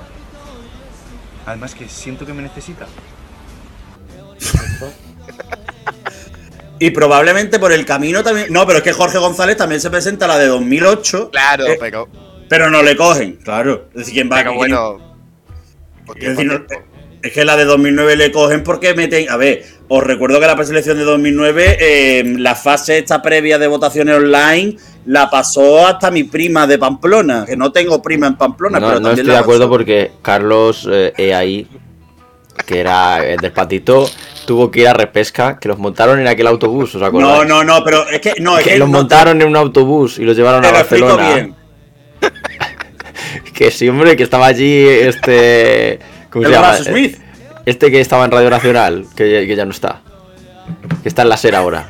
S7: Además que siento que me necesita.
S1: Y probablemente por el camino también. No, pero es que Jorge González también se presenta la de dos mil ocho.
S2: Claro,
S1: eh,
S2: pero.
S1: Pero no le cogen, claro. Es decir, ¿quién va
S2: Pero
S1: quién-
S2: bueno.
S1: Es decir, no- es que la de dos mil nueve le cogen porque meten. A ver, os recuerdo que la preselección de dos mil nueve, eh, la fase esta previa de votaciones online, la pasó hasta mi prima de Pamplona. Que no tengo prima en Pamplona,
S3: No,
S1: pero
S3: no
S1: también
S3: estoy de
S1: la
S3: acuerdo
S1: pasó.
S3: porque Carlos eh, E ahí, que era el del patito, tuvo que ir a repesca, que los montaron en aquel autobús, ¿os acordáis?
S1: No, no, no, pero es que. No, es
S3: que
S1: que
S3: los
S1: no,
S3: montaron en un autobús y los llevaron
S1: te
S3: a
S1: lo explico
S3: Barcelona.
S1: bien.
S3: Que sí, hombre, que estaba allí este... ¿Cómo
S1: El
S3: se llama?
S1: Horace Smith.
S3: Este que estaba en Radio Nacional, que, ya- que ya no está. Que está en la SER ahora.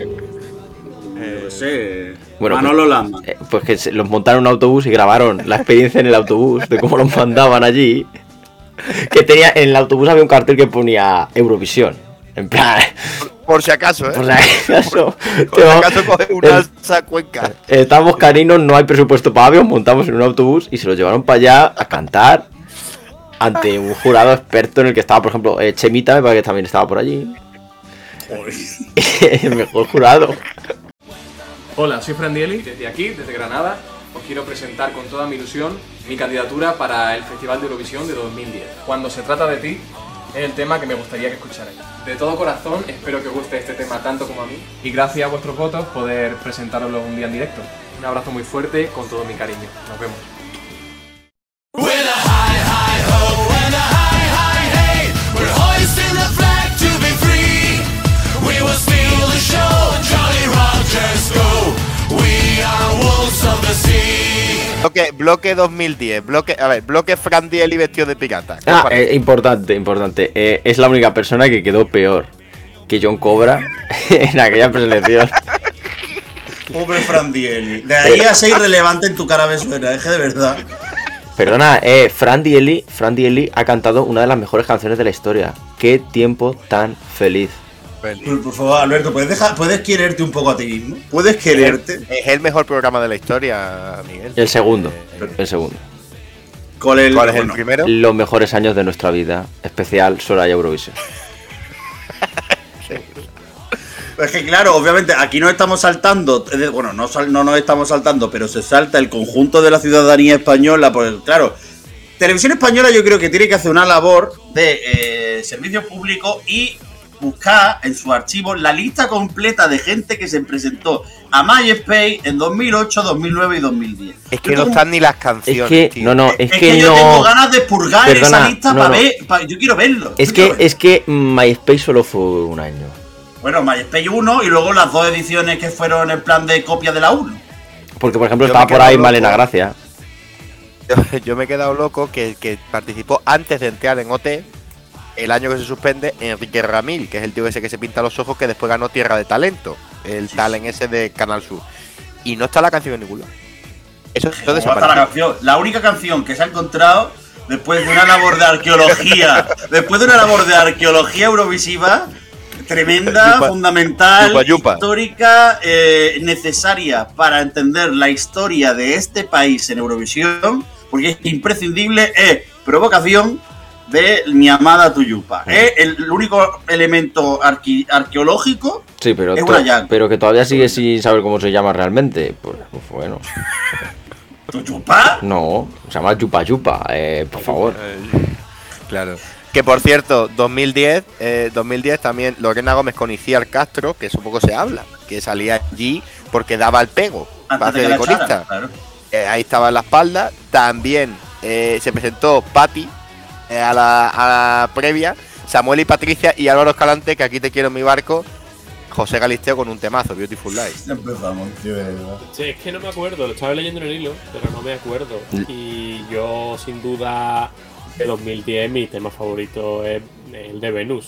S1: No sé.
S3: Bueno,
S1: Manolo
S3: pues,
S1: Lama.
S3: eh, pues que se- los montaron en un autobús y grabaron la experiencia en el autobús, de cómo los mandaban allí. Que tenía, en el autobús había un cartel que ponía Eurovisión. En plan,
S2: Por si acaso, ¿eh?
S3: por si acaso,
S2: Por si acaso coge una
S3: el-
S2: alza Cuenca.
S3: estamos caninos, no hay presupuesto para avión, montamos en un autobús y se los llevaron para allá a cantar ante un jurado experto en el que estaba, por ejemplo, eh, Chemita, me parece que también estaba por allí. El mejor jurado.
S9: Hola, soy Fran Dieli, desde aquí, desde Granada. Os quiero presentar con toda mi ilusión mi candidatura para el Festival de Eurovisión de dos mil diez. Cuando se trata de ti, es el tema que me gustaría que escucharais. De todo corazón, espero que os guste este tema tanto como a mí. Y gracias a vuestros votos, poder presentároslo un día en directo. Un abrazo muy fuerte, con todo mi cariño. Nos vemos.
S2: Bloque, bloque dos mil diez. Bloque, a ver, bloque Fran Dieli vestido de pirata. ¿Qué os
S3: Ah,
S2: parece?
S3: eh, importante, importante. Eh, es la única persona que quedó peor que John Cobra en aquella preselección.
S1: Pobre Fran Dieli. De ahí a ser irrelevante en tu cara me suena, es que de verdad.
S3: Perdona, eh, Fran Dieli, Fran Dieli ha cantado una de las mejores canciones de la historia. Qué tiempo tan feliz.
S1: Por, por favor, Alberto, ¿puedes, dejar, ¿puedes quererte un poco a ti mismo? ¿Puedes quererte?
S2: Es el mejor programa de la historia, Miguel.
S3: El segundo,
S2: Eh,
S3: el segundo.
S1: ¿Cuál es el,
S2: ¿Cuál es el
S1: bueno,
S2: primero?
S3: Los mejores años de nuestra vida, especial Soraya Eurovisión.
S1: Es que claro, obviamente aquí no estamos saltando, es de- bueno, no, sal- no nos estamos saltando, pero se salta el conjunto de la ciudadanía española, pues claro, Televisión Española yo creo que tiene que hacer una labor de eh, servicio público y buscar en su archivo la lista completa de gente que se presentó a MySpace en dos mil ocho, dos mil nueve y dos mil diez.
S2: Es que
S1: Yo
S2: no
S1: tengo-
S2: están ni las
S3: Es
S2: canciones,
S3: que,
S2: tío.
S3: no, no, es,
S1: es
S3: que,
S1: que yo
S3: no.
S1: tengo ganas de purgar
S3: Perdona,
S1: esa lista
S3: no,
S1: para
S3: no.
S1: ver, pa- yo quiero verlo.
S3: Es
S1: yo
S3: que,
S1: quiero verlo.
S3: es que MySpace solo fue un año.
S1: Bueno, MySpace uno y luego las dos ediciones que fueron en plan de copia de la uno.
S3: Porque, por ejemplo,
S2: Yo
S3: estaba
S2: me he
S3: por ahí
S2: quedado
S3: Malena
S2: loco.
S3: Gracia.
S2: Yo, yo me he quedado loco que, que participó antes de entrar en O T, el año que se suspende, Enrique Ramil, que es el tío ese que se pinta los ojos, que después ganó Tierra de Talento, el talent ese de Canal Sur. Y no está la canción en ningún lado. Eso, eso
S1: ¿Cómo va a estar la
S2: desapareció.
S1: canción? La única canción que se ha encontrado después de una labor de arqueología, después de una labor de arqueología eurovisiva tremenda,
S2: Yupa.
S1: fundamental,
S2: Yupa, yupa.
S1: histórica, eh, necesaria para entender la historia de este país en Eurovisión, porque es imprescindible, es Provocación de Mi amada Tuyupa. Es el único elemento arqui- arqueológico.
S3: Sí, pero,
S1: Es
S3: to-
S1: un hallazgo.
S3: pero que todavía sigue sin saber cómo se llama realmente. Pues, pues bueno.
S1: ¿Tuyupa?
S3: No, se llama Yupa Yupa, eh, por favor.
S2: Eh, Claro. Que por cierto, dos mil diez, eh, dos mil diez también Lorena Gómez con Iciar Castro, que eso poco se habla, que salía allí porque daba el pego,
S1: Antes de
S2: base
S1: que
S2: de
S1: la
S2: corista.
S1: echaran, claro.
S2: Eh, ahí estaba en la espalda. También eh, se presentó Patti eh, a, la, a la previa, Samuel y Patricia y Álvaro Escalante, que aquí te quiero en mi barco, José Galisteo con un temazo, Beautiful Life.
S1: Ya empezamos, tío, de verdad.
S4: Sí, es que no me acuerdo, lo estaba leyendo en el hilo, pero no me acuerdo. Y yo, sin duda, de dos mil diez, mi tema favorito es el de Venus.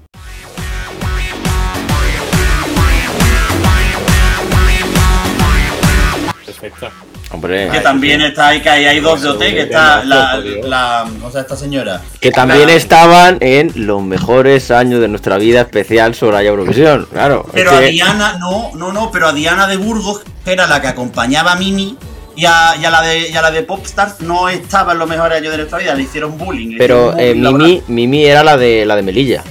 S4: Perfecta.
S3: Hombre,
S1: Que también está ahí, que ahí hay dos de O T, que está la, la, o sea, esta señora.
S3: que también estaban en los mejores años de nuestra vida especial Soraya Eurovisión, claro. es
S1: Pero a
S3: que-
S1: Diana, no, no, no, pero a Diana de Burgos, que era la que acompañaba a Mimi, y a, y a la de y a la de Popstars no estaba en los mejores años de nuestra vida, le hicieron bullying. le
S3: pero
S1: hicieron
S3: eh,
S1: bullying laboral.
S3: Mimi, Mimi era la de la de Melilla.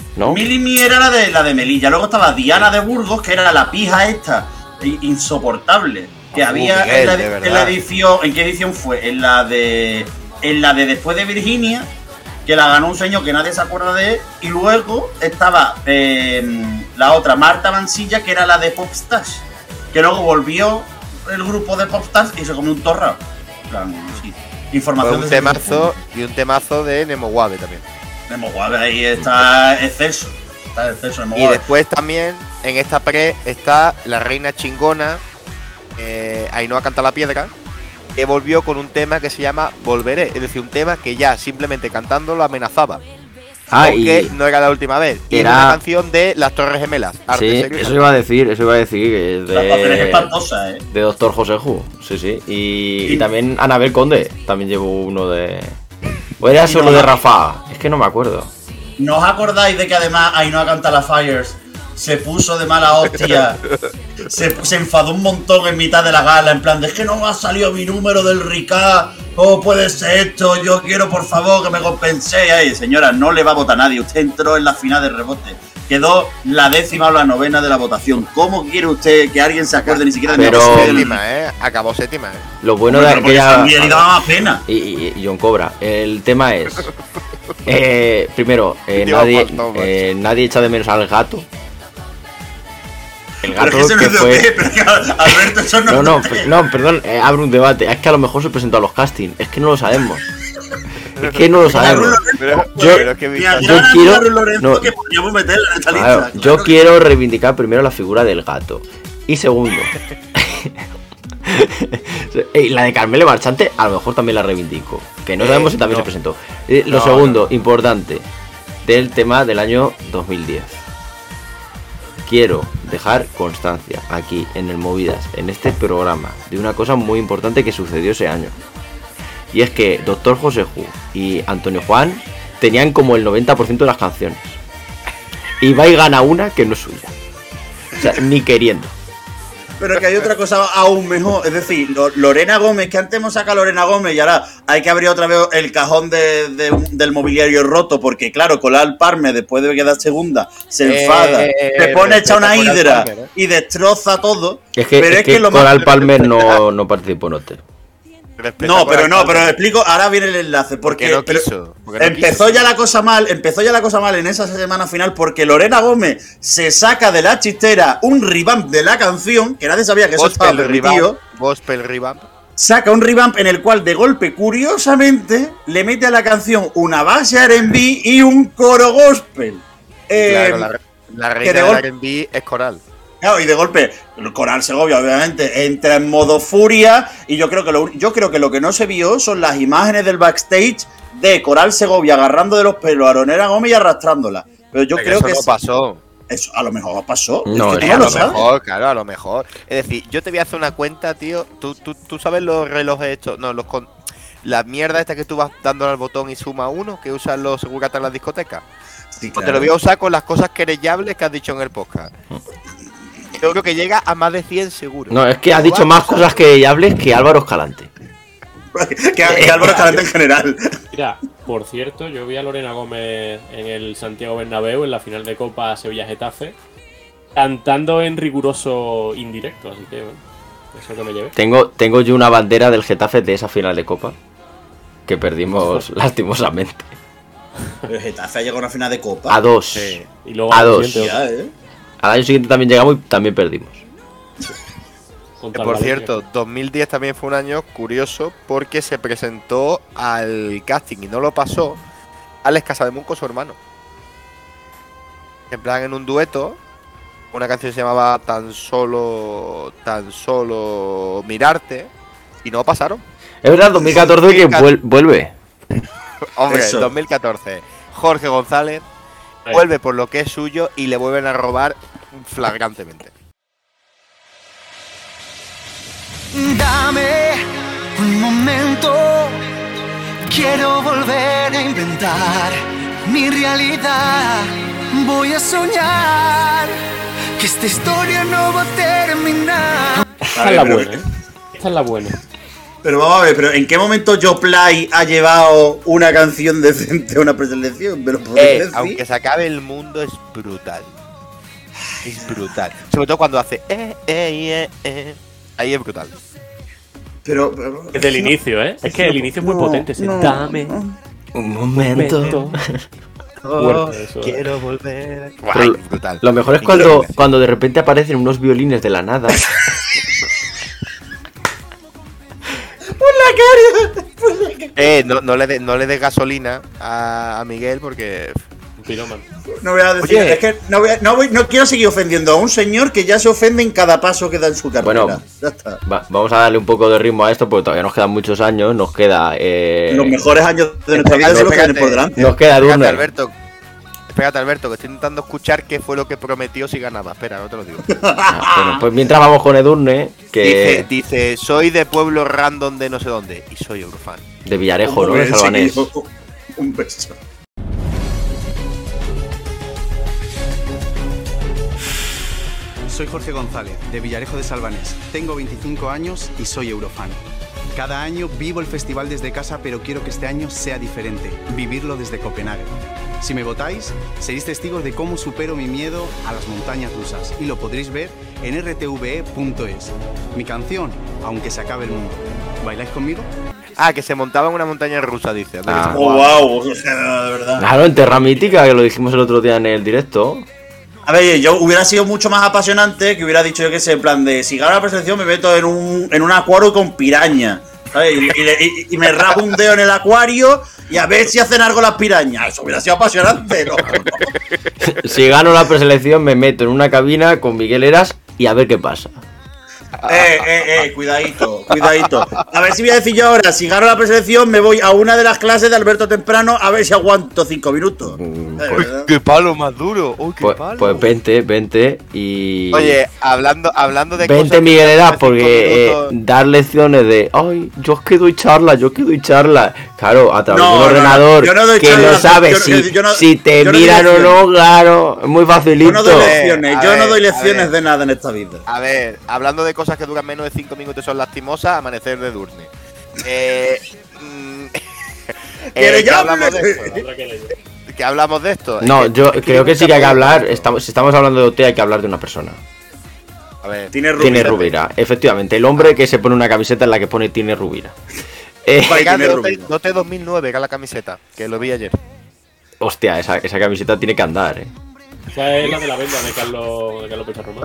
S3: ¿no?
S1: Mili era la de, la de Melilla. Luego estaba Diana de Burgos, que era la pija esta, insoportable. Que
S2: Uh,
S1: había
S2: Miguel,
S1: en, la,
S2: de
S1: en la
S2: verdad.
S1: edición. ¿En qué edición fue? En la de. En la de Después de Virginia, que la ganó un señor que nadie se acuerda de él. Y luego estaba eh, la otra, Marta Mansilla, que era la de Popstars. Que luego volvió el grupo de Popstars y se comió un torrado. En plan, sí. Información
S2: Fue un
S1: de
S2: temazo y un temazo de Nemo Guave también.
S1: Nemo Guave, ahí está exceso. Está exceso, Nemo
S2: Y
S1: Guave.
S2: después también en esta pre está la reina chingona, eh, Ainhoa Canta la Piedra, que volvió con un tema que se llama Volveré. Es decir, un tema que ya simplemente cantando lo amenazaba.
S3: Ah,
S2: Aunque
S3: y
S2: no era la última vez. Y
S3: era-
S2: era una canción de Las Torres Gemelas. Arte,
S3: sí,
S2: serio y
S3: eso iba a decir, eso iba a decir que es
S1: La papel es
S3: de,
S1: espantosa, eh.
S3: de Doctor José Ju, sí, sí. Y, y también Anabel Conde, también llevó uno de... ¿O era
S1: Y
S3: solo
S1: no,
S3: de
S1: no.
S3: Rafa? Es que no me acuerdo.
S1: ¿No os acordáis de que además Ainhoa Canta la Fires se puso de mala hostia? se, se enfadó un montón en mitad de la gala, en plan de es que no me ha salido mi número del Ricard. ¿Cómo puede ser esto? Yo quiero, por favor, que me compenséis. Ay, señora, no le va a votar nadie. Usted entró en la final de rebote. Quedó la décima o la novena de la votación. ¿Cómo quiere usted que alguien se acuerde ni siquiera de
S3: Pero-
S1: mi
S2: Acabó
S1: apellido?
S2: séptima, ¿eh? Acabó séptima, ¿eh?
S3: Lo bueno de
S1: Bueno, porque
S3: aquella...
S1: San Miguel daba más pena.
S3: Y, y- y John Cobra, el tema es... eh, primero, eh,
S2: Dios,
S3: nadie,
S2: por favor.
S3: eh, nadie echa de menos al gato. El
S1: Pero
S3: gato
S1: es que eso no
S3: que
S1: es de
S3: fue...
S1: usted, pero que Alberto, eso no,
S3: No, no,
S1: es de
S3: per-
S1: usted.
S3: no, perdón, eh, abro un debate. Es que a lo mejor se presentó a los castings. Es que no lo sabemos. Es que no lo sabemos.
S2: Pero,
S3: Yo-
S2: pero es que
S1: Mi
S2: viste-
S1: gran
S3: yo
S1: amigo
S3: quiero-
S1: Aaron Lorenzo,
S3: no.
S1: que podríamos meterla en esta
S3: Claro,
S1: lista.
S3: yo
S1: Claro que
S3: quiero reivindicar primero la figura del gato. Y segundo, eh, la de Carmelo Marchante a lo mejor también la reivindico. Que no sabemos si también
S2: no.
S3: se presentó. Eh, lo
S2: No,
S3: segundo, importante, del tema del año dos mil diez. Quiero dejar constancia aquí en el Movidas, en este programa, de una cosa muy importante que sucedió ese año. Y es que Doctor José Ju y Antonio Juan tenían como el noventa por ciento de las canciones. Y va y gana una que no es suya. O sea, ni queriendo.
S1: Pero que hay otra cosa aún mejor. Es decir, Lo- Lorena Gómez, que antes hemos sacado a Lorena Gómez y ahora hay que abrir otra vez el cajón de- de- del mobiliario roto. Porque, claro, Coral Palmer, después de quedar segunda, se
S2: Eh,
S1: enfada, se pone hecha una
S2: respeta Coral
S1: hidra
S2: Palmer, ¿eh?
S1: y destroza todo.
S3: Es que,
S1: pero
S3: es que Coral Palmer no, no participó en Hotel.
S2: Respeta
S1: No,
S2: a
S1: pero
S2: Coral
S1: no, pero
S2: Palmer.
S1: explico, ahora viene el enlace, porque,
S2: Porque no
S1: pero
S2: quiso, porque no
S1: empezó
S2: quiso.
S1: ya la cosa mal, empezó ya la cosa mal en esa semana final porque Lorena Gómez se saca de la chistera un revamp de la canción, que nadie sabía que eso estaba
S2: Gospel
S1: permitido,
S2: revamp, Gospel revamp.
S1: saca un revamp en el cual de golpe, curiosamente, le mete a la canción una base R and B y un coro gospel. Eh,
S2: Claro, la, la
S1: que
S2: reina
S1: de
S2: del
S1: gol-
S2: R and B es Coral.
S1: Claro, y de golpe, el Coral Segovia, obviamente, entra en modo furia. Y yo creo que lo, yo creo que lo que no se vio son las imágenes del backstage de Coral Segovia agarrando de los pelos a Lorena Gómez y arrastrándola. Pero yo
S2: Pero
S1: creo
S2: eso
S1: que
S2: no
S1: es-
S2: pasó.
S1: eso a lo mejor pasó. Es
S3: No,
S1: que tú
S3: es
S1: no
S2: a
S1: lo
S2: lo
S1: sabes.
S2: mejor, claro, a lo mejor. Es decir, yo te voy a hacer una cuenta, tío. Tú, tú, tú sabes los relojes estos, no, los con la mierda esta que tú vas dándole al botón y suma uno, que usan los seguratas en las discotecas.
S1: Sí,
S2: Pues
S1: claro.
S2: te lo voy a usar con las cosas querellables que has dicho en el podcast. Yo creo que llega a más de cien seguro.
S3: No, es que has
S2: Lo
S3: dicho
S2: vas
S3: más
S2: a usar.
S3: cosas que hables que Álvaro Escalante.
S1: que, que Álvaro Escalante en general.
S4: Mira, por cierto, yo vi a Lorena Gómez en el Santiago Bernabéu en la final de Copa Sevilla-Getafe cantando en riguroso indirecto, así que bueno, eso que me llevé.
S3: Tengo, tengo yo una bandera del Getafe de esa final de Copa que perdimos lastimosamente.
S1: El Getafe ha llegado a una final de Copa.
S3: A dos.
S2: Sí.
S4: Y luego
S3: A
S4: al
S3: dos.
S4: siguiente,
S1: Ya, ¿eh?
S3: Al año siguiente también llegamos y también perdimos.
S4: contra
S2: Por
S4: el Valencia.
S2: cierto, dos mil diez también fue un año curioso porque se presentó al casting y no lo pasó Alex Casademun con su hermano. En plan, en un dueto, una canción se llamaba Tan solo, tan solo mirarte y no pasaron.
S3: Es verdad, dos mil catorce que vuel- vuelve.
S2: Hombre,
S1: Eso.
S2: dos mil catorce, Jorge González
S4: Ahí.
S2: vuelve por lo que es suyo y le vuelven a robar flagrantemente.
S10: Dame un momento, quiero volver a inventar mi realidad. Voy a soñar que esta historia no va a terminar.
S4: Esta es la buena, ¿eh? Esta es la buena.
S1: Pero vamos a ver, pero ¿en qué momento Joplay ha llevado una canción decente a una preselección? ¿Me lo podéis
S2: Eh,
S1: decir?
S2: aunque se acabe el mundo es brutal. Es brutal. Sobre todo cuando hace eh, eh, eh, eh. Ahí es brutal.
S1: Pero, pero
S4: Es del inicio, ¿eh? Es que el inicio es muy
S1: no,
S4: potente. ese,
S1: no,
S4: Dame
S1: no.
S3: Un momento.
S2: Oh,
S4: Fuerte eso,
S2: quiero volver.
S3: Pero
S2: Guay, brutal.
S3: Lo mejor es cuando, cuando de repente aparecen unos violines de la nada.
S2: Eh, no, no le des no le des gasolina a, a Miguel porque.
S4: Un pirómano.
S1: No voy a decir,
S2: Oye.
S1: es que no, voy a- no, voy- no quiero seguir ofendiendo a un señor que ya se ofende en cada paso que da en su carrera.
S3: Bueno,
S1: ya está.
S3: Va- vamos a darle un poco de ritmo a esto porque todavía nos quedan muchos años. Nos queda. Eh,
S1: Los mejores años de nuestra vida son los que vienen por delante.
S3: Nos queda
S2: Espérate,
S3: Durner.
S2: Alberto. Espérate, Alberto, que estoy intentando escuchar qué fue lo que prometió si ganaba. Espera, no te lo digo.
S3: Ah, bueno, pues mientras vamos con Edurne,
S2: Dice,
S3: que
S2: dice, soy de pueblo random de no sé dónde. Y soy Eurofan.
S3: de Villarejo, ¿no?
S1: Hombre,
S3: De Salvanés.
S1: sí, un beso.
S6: Soy Jorge González, de Villarejo de Salvanés. Tengo veinticinco años y soy Eurofan. Cada año vivo el festival desde casa, pero quiero que este año sea diferente, vivirlo desde Copenhague. Si me votáis, seréis testigos de cómo supero mi miedo a las montañas rusas y lo podréis ver en r t v e punto es. Mi canción, Aunque se acabe el mundo. ¿Bailáis conmigo?
S2: Ah, que se montaba en una montaña rusa, dice.
S3: Ah.
S1: Oh, wow, de verdad.
S3: Claro, en Terra Mítica, que lo dijimos el otro día en el directo.
S1: A ver, yo hubiera sido mucho más apasionante que hubiera dicho yo que sé, en plan de si gano la preselección me meto en un, en un acuario con piraña. ¿Sabes? Y, y le- y- y me rapo un dedo en el acuario y a ver si hacen algo las pirañas. Eso hubiera sido apasionante, ¿no?
S3: Si gano la preselección, me meto en una cabina con Miguel Eras y a ver qué pasa.
S1: Eh, eh, eh, cuidadito, cuidadito. A ver si voy a decir yo ahora, si gano la preselección me voy a una de las clases de Alberto Temprano a ver si aguanto cinco minutos.
S3: Mm,
S1: Eh,
S2: Uy,
S1: ¿verdad?
S2: qué palo más duro. Uy, qué
S3: Pues,
S2: palo.
S3: pues vente, vente y.
S2: Oye, hablando, hablando de
S3: Vente,
S2: cosas que
S3: Miguel
S2: hace
S3: Eras,
S2: cinco
S3: porque eh,
S2: minutos-
S3: dar lecciones de. Ay, yo es que doy charla, yo es que doy charla. Claro, a través
S1: No,
S3: de un
S1: no, no,
S3: ordenador
S1: yo no doy
S3: que no
S1: charlas,
S3: sabe
S1: yo-
S3: si,
S1: yo no-
S3: si te
S1: yo no doy
S3: miran o no,
S1: lecciones.
S3: claro. Es muy
S1: Yo
S3: facilito.
S1: no doy
S2: Eh,
S1: lecciones,
S2: a
S1: yo no
S2: ver,
S1: doy
S2: a
S1: lecciones
S2: ver.
S1: de nada en esta vida.
S2: A ver, hablando de cosas que duran menos de cinco minutos y son lastimosas, amanecer de Durne. Eh, mm,
S1: Que le
S2: eh, ¿qué hablamos
S1: llame.
S2: de esto?
S4: Otra que le-
S2: ¿Qué hablamos de esto?
S3: No,
S2: Es que-
S3: yo
S2: es que
S3: creo que
S2: nunca
S3: sí que hay que
S2: puedo-
S3: hablar. Estamos, si estamos hablando de O T, hay que hablar de una persona.
S2: A ver,
S1: Tiene Rubira.
S3: Tiene Rubira, efectivamente. El hombre que se pone una camiseta en la que pone Tiene Rubira. Eh,
S1: Vale,
S2: Venga,
S1: tiene
S2: de
S1: Rubira.
S2: O T dos mil nueve, que es la camiseta, que lo vi ayer.
S3: hostia, esa, esa camiseta tiene que andar, eh.
S4: Esa es la de la venda de Carlos, de Carlos Pecharromán.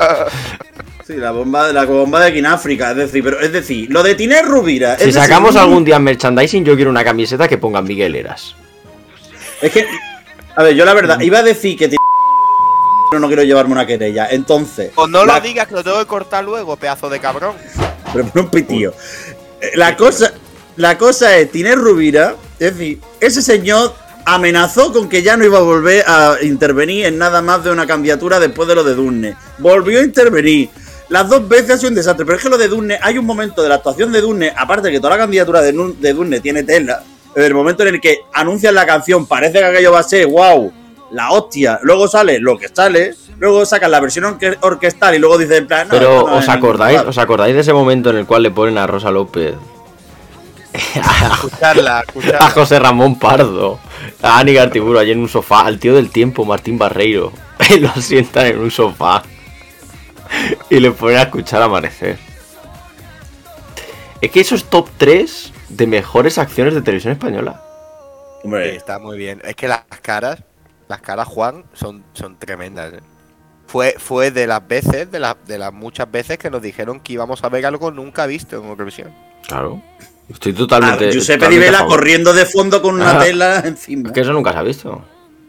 S1: Sí, la bomba, la bomba de Kináfrica, es decir, pero es decir, lo de Tiner Rubira. es
S3: Si
S1: decir,
S3: sacamos algún día merchandising, yo quiero una camiseta que ponga Miguel Eras.
S1: Es que, a ver, yo la verdad, iba a decir que Tiner pero no quiero llevarme una querella. Entonces.
S2: O no
S1: la-
S2: lo digas, que lo tengo que cortar luego, pedazo de cabrón.
S1: Pero por un pitío. Eh, La cosa, la cosa es, Tiner Rubira, es decir, ese señor amenazó con que ya no iba a volver a intervenir en nada más de una candidatura después de lo de Durne. Volvió a intervenir. Las dos veces ha sido un desastre, pero es que lo de Durne, hay un momento de la actuación de Durne, aparte de que toda la candidatura de, Nu- de Durne tiene tela, en el momento en el que anuncian la canción, parece que aquello va a ser, wow, la hostia, luego sale lo que sale, luego sacan la versión orque- orquestal y luego dicen, en plan, no,
S3: Pero
S1: esto no
S3: ¿os
S1: es ningún
S3: acordáis,
S1: lugar.
S3: ¿os acordáis de ese momento en el cual le ponen a Rosa López,
S2: Escucharla,
S3: a
S2: escucharla.
S3: José Ramón Pardo, a Ani Gartiburu allí en un sofá, al tío del tiempo, Martín Barreiro, y lo sientan en un sofá y le ponen a escuchar Amanecer? Es que eso es top tres de mejores acciones de televisión española.
S2: Sí,
S1: Hombre,
S2: está muy bien. Es que las caras, las caras, Juan, son, son tremendas. ¿eh? Fue, fue de las veces, de, las de las muchas veces que nos dijeron que íbamos a ver algo nunca visto en Eurovisión.
S3: Claro. Estoy
S1: a
S3: totalmente.
S1: Giuseppe
S3: totalmente
S1: Di
S3: a
S1: Vela
S3: favor.
S1: corriendo de fondo con una
S3: Ajá.
S1: tela encima.
S3: Es que eso nunca se ha visto.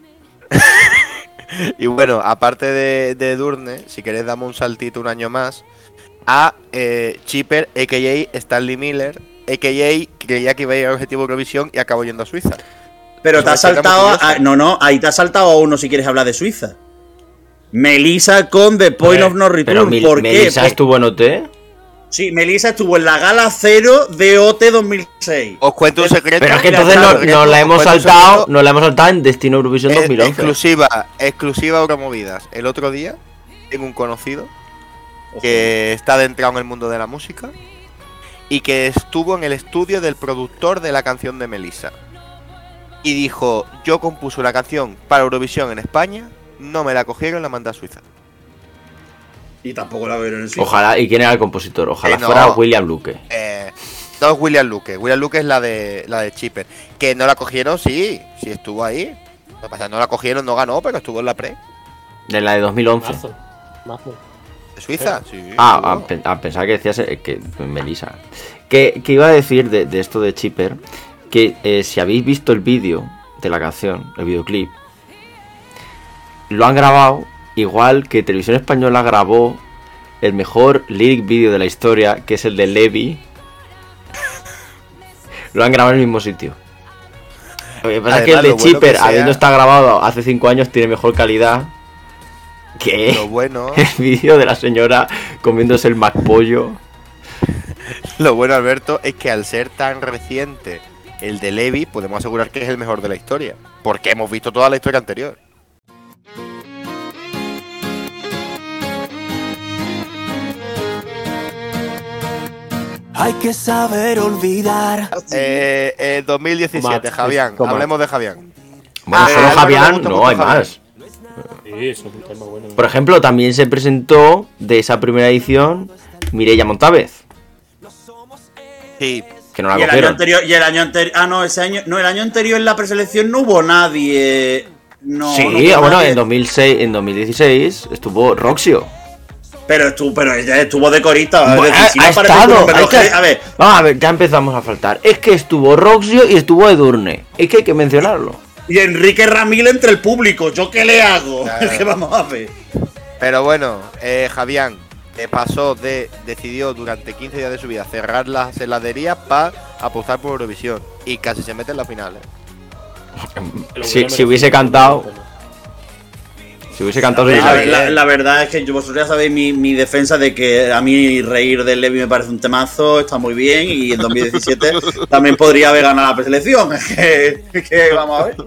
S2: Y bueno, aparte de, de Durne, si queréis damos un saltito un año más a eh, Chipper, a k a. Stanley Miller, a k a creía que iba a ir al Objetivo Eurovisión y acabó yendo a Suiza.
S1: Pero
S2: Eso
S1: te has
S2: me parece
S1: saltado.
S2: muy
S1: A,
S2: curioso.
S1: no, no, ahí te has saltado a uno si quieres hablar de Suiza. Melissa con The Point
S4: Hombre,
S1: of No
S3: Pero
S1: Return.
S3: Mil-
S1: ¿Por qué?
S3: Melissa
S1: Por-
S3: estuvo en O T.
S1: Sí, Melissa estuvo en la gala cero de O T dos mil seis.
S2: Os cuento un secreto.
S3: Pero es que
S2: Mira,
S3: entonces
S2: claro,
S3: no-
S2: secreto,
S3: nos la
S2: os
S3: hemos
S2: cuento un
S3: saltado,
S2: secreto.
S3: nos la hemos saltado en Destino Eurovisión
S2: Eh,
S3: dos mil once.
S2: Exclusiva, exclusiva Euromovidas. El otro día tengo un conocido que está adentrado en el mundo de la música y que estuvo en el estudio del productor de la canción de Melissa. Y dijo, yo compuse una canción para Eurovisión en España, no me la cogieron, la mandé a Suiza.
S1: Y tampoco la vieron en Suiza.
S3: Ojalá, ¿y quién era el compositor? Ojalá
S2: Eh, no.
S3: fuera William Luque.
S2: Eh, no es William Luque, William Luque es la de la de Chipper. Que no la cogieron, sí, sí estuvo ahí. Lo que pasa es que no la cogieron, no ganó, pero estuvo en la pre.
S3: De la de dos mil once.
S4: Mazo, mazo.
S2: ¿De Suiza? Sí.
S3: Ah,
S2: estuvo.
S3: a, pe- a pensar que decías eh, que Melissa. Que, que iba a decir de, de esto de Chipper, que eh, si habéis visto el vídeo de la canción, el videoclip, lo han grabado igual que Televisión Española grabó el mejor lyric video de la historia, que es el de Levi. Lo han grabado en el mismo sitio. Lo que pasa es que el
S2: Además,
S3: de
S2: lo bueno
S3: Chipper,
S2: que sea-
S3: habiendo estado grabado hace cinco años, tiene mejor calidad que
S2: Lo bueno,
S3: el vídeo de la señora comiéndose el McPollo.
S2: lo bueno, Alberto, es que al ser tan reciente el de Levi, podemos asegurar que es el mejor de la historia. Porque hemos visto toda la historia anterior.
S10: Hay que saber olvidar.
S2: Eh, eh, dos mil diecisiete,
S4: Tomás,
S2: Javián,
S4: Tomás.
S2: hablemos de Javián.
S3: Bueno,
S2: Ah,
S3: solo
S2: Álvaro le
S3: Javián,
S2: gusta
S3: no,
S2: mucho
S3: hay
S2: Javián.
S3: más.
S4: Sí, eso es un tema bueno.
S3: Por ejemplo, también se presentó de esa primera edición Mireia Montávez,
S2: Sí,
S3: que no la
S1: Y el año
S3: cogieron.
S1: anterior, y el año anterior, ah no, ese año, no, el año anterior en la preselección no hubo nadie. No,
S3: Sí,
S1: no hubo
S3: bueno,
S1: nadie.
S3: en dos mil seis, en dos mil dieciséis estuvo Roxio.
S1: Pero estuvo, pero ella estuvo de corista.
S3: Bueno,
S1: es decir,
S3: ha,
S1: si
S3: ha
S1: no parece
S3: estado.
S1: un reloj,
S3: hay que-
S1: a ver,
S3: Vamos a ver, ya empezamos a faltar. Es que estuvo Roxio y estuvo Edurne. Es que hay que mencionarlo.
S1: y Enrique Ramil entre el público, ¿yo qué le hago?
S2: Claro.
S1: ¿Qué vamos a ver?
S2: pero bueno, eh, Javián eh, pasó de, decidió durante quince días de su vida cerrar las heladerías para apostar por Eurovisión. Y casi se mete en la final. eh.
S4: Lo
S3: Si,
S4: hubiera
S3: si hubiese
S4: merecido.
S3: cantado, si hubiese cantado, se
S1: La,
S3: hubiese-
S1: la- la verdad es que yo- vosotros ya sabéis mi, mi defensa de que a mí reír del Levi me parece un temazo, está muy bien, y en dos mil diecisiete también podría haber ganado la preselección. Es que, es que vamos a ver.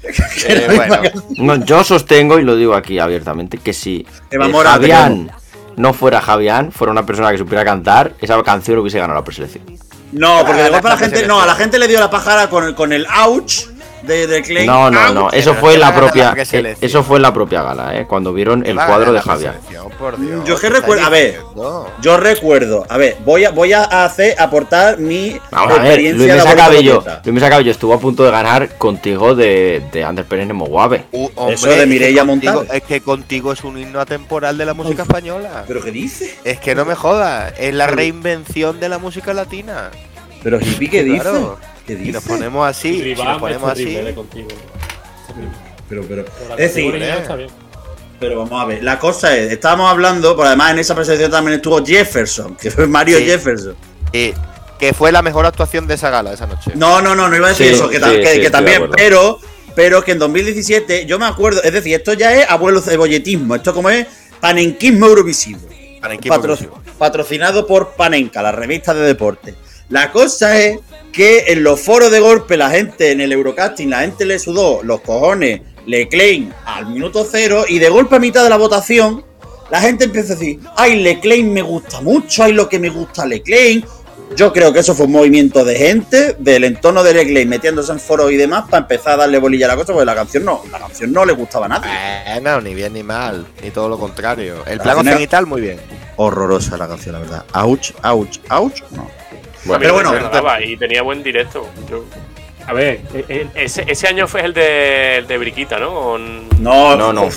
S2: Eh, bueno,
S3: No, yo sostengo, y lo digo aquí abiertamente, que si
S1: Eva
S3: eh,
S1: Mora,
S3: Javián no fuera Javián, fuera una persona que supiera cantar, esa canción hubiese ganado la preselección.
S1: No, porque
S2: Ah,
S1: de golpe a la
S2: la
S1: gente, no, a la gente le dio la pájara con, el- con el ouch de, de Klein.
S3: No, no,
S1: Ouch.
S3: no, eso
S2: pero
S3: fue
S2: que
S3: en la
S2: la gana
S3: propia,
S2: la preselección.
S3: eh, eso fue en la propia gala, eh, cuando vieron el
S2: Va a
S3: cuadro de
S2: ganar la
S3: Javián.
S2: preselección, por Dios,
S1: Yo que
S2: ¿qué
S1: recuerdo,
S2: estáis
S1: a ver,
S2: diciendo?
S1: Yo recuerdo, a ver, voy a, voy a hacer, aportar mi
S3: Vamos a ver,
S1: experiencia
S3: Luis Mesa
S1: laboral
S3: Cabello,
S1: completa.
S3: Luis Mesa Cabello estuvo a punto de ganar contigo de, de Ander Pérez Nemo Guave.
S2: Uh, hombre,
S1: Eso de
S2: es que
S1: Mireia
S2: contigo-
S1: Montávez.
S2: Es que contigo es un himno atemporal de la música española.
S1: ¿Pero qué dice?
S2: Es que no me jodas, es la reinvención de la música latina.
S1: ¿Pero hippie qué dice?
S2: Claro.
S1: ¿Qué
S2: Y
S1: dice?
S2: nos ponemos así, si
S4: Ribam
S2: nos
S4: es
S2: ponemos
S4: terrible,
S2: así.
S4: eh, contigo. Terrible.
S1: Pero, pero,
S4: Pero la
S1: es decir,
S4: canción original
S2: eh.
S4: está bien.
S1: pero vamos a ver, la cosa es, estábamos hablando, por además en esa presentación también estuvo Jefferson, que fue Mario
S2: Sí.
S1: Jefferson.
S2: Y que fue la mejor actuación de esa gala esa noche.
S1: No, no, no, no iba a decir
S3: Sí,
S1: eso, que, ta-
S3: sí,
S1: que-
S3: sí,
S1: que
S3: estoy de
S1: también,
S3: acuerdo.
S1: pero, pero que en dos mil diecisiete, yo me acuerdo, es decir, esto ya es abuelo cebolletismo, esto como es panenquismo eurovisivo.
S2: Panenquismo
S1: Patro-
S2: eurovisivo.
S1: patrocinado por Panenka, la revista de deporte. La cosa es que en los foros de golpe la gente, en el Eurocasting, la gente le sudó los cojones, le Klein al minuto cero, y de golpe a mitad de la votación, la gente empieza a decir, ay, Leclerc me gusta mucho, ay, lo que me gusta Leclerc. Yo creo que eso fue un movimiento de gente, del entorno de Leclerc metiéndose en foros y demás, para empezar a darle bolilla a la cosa, porque la canción no, la canción no le gustaba a nadie.
S2: Bueno, ni bien ni mal, ni todo lo contrario. El
S1: La
S2: plan
S1: canción-
S2: occidental, muy bien.
S1: Horrorosa la canción, la verdad. Ouch, ouch, ouch, no.
S11: Bueno,
S1: pero bueno,
S11: me agradaba y tenía buen directo. Yo-
S4: A ver, eh, eh,
S11: ese, ese año fue el de, el de Briquita, ¿no? O n-
S1: No,
S3: No, no.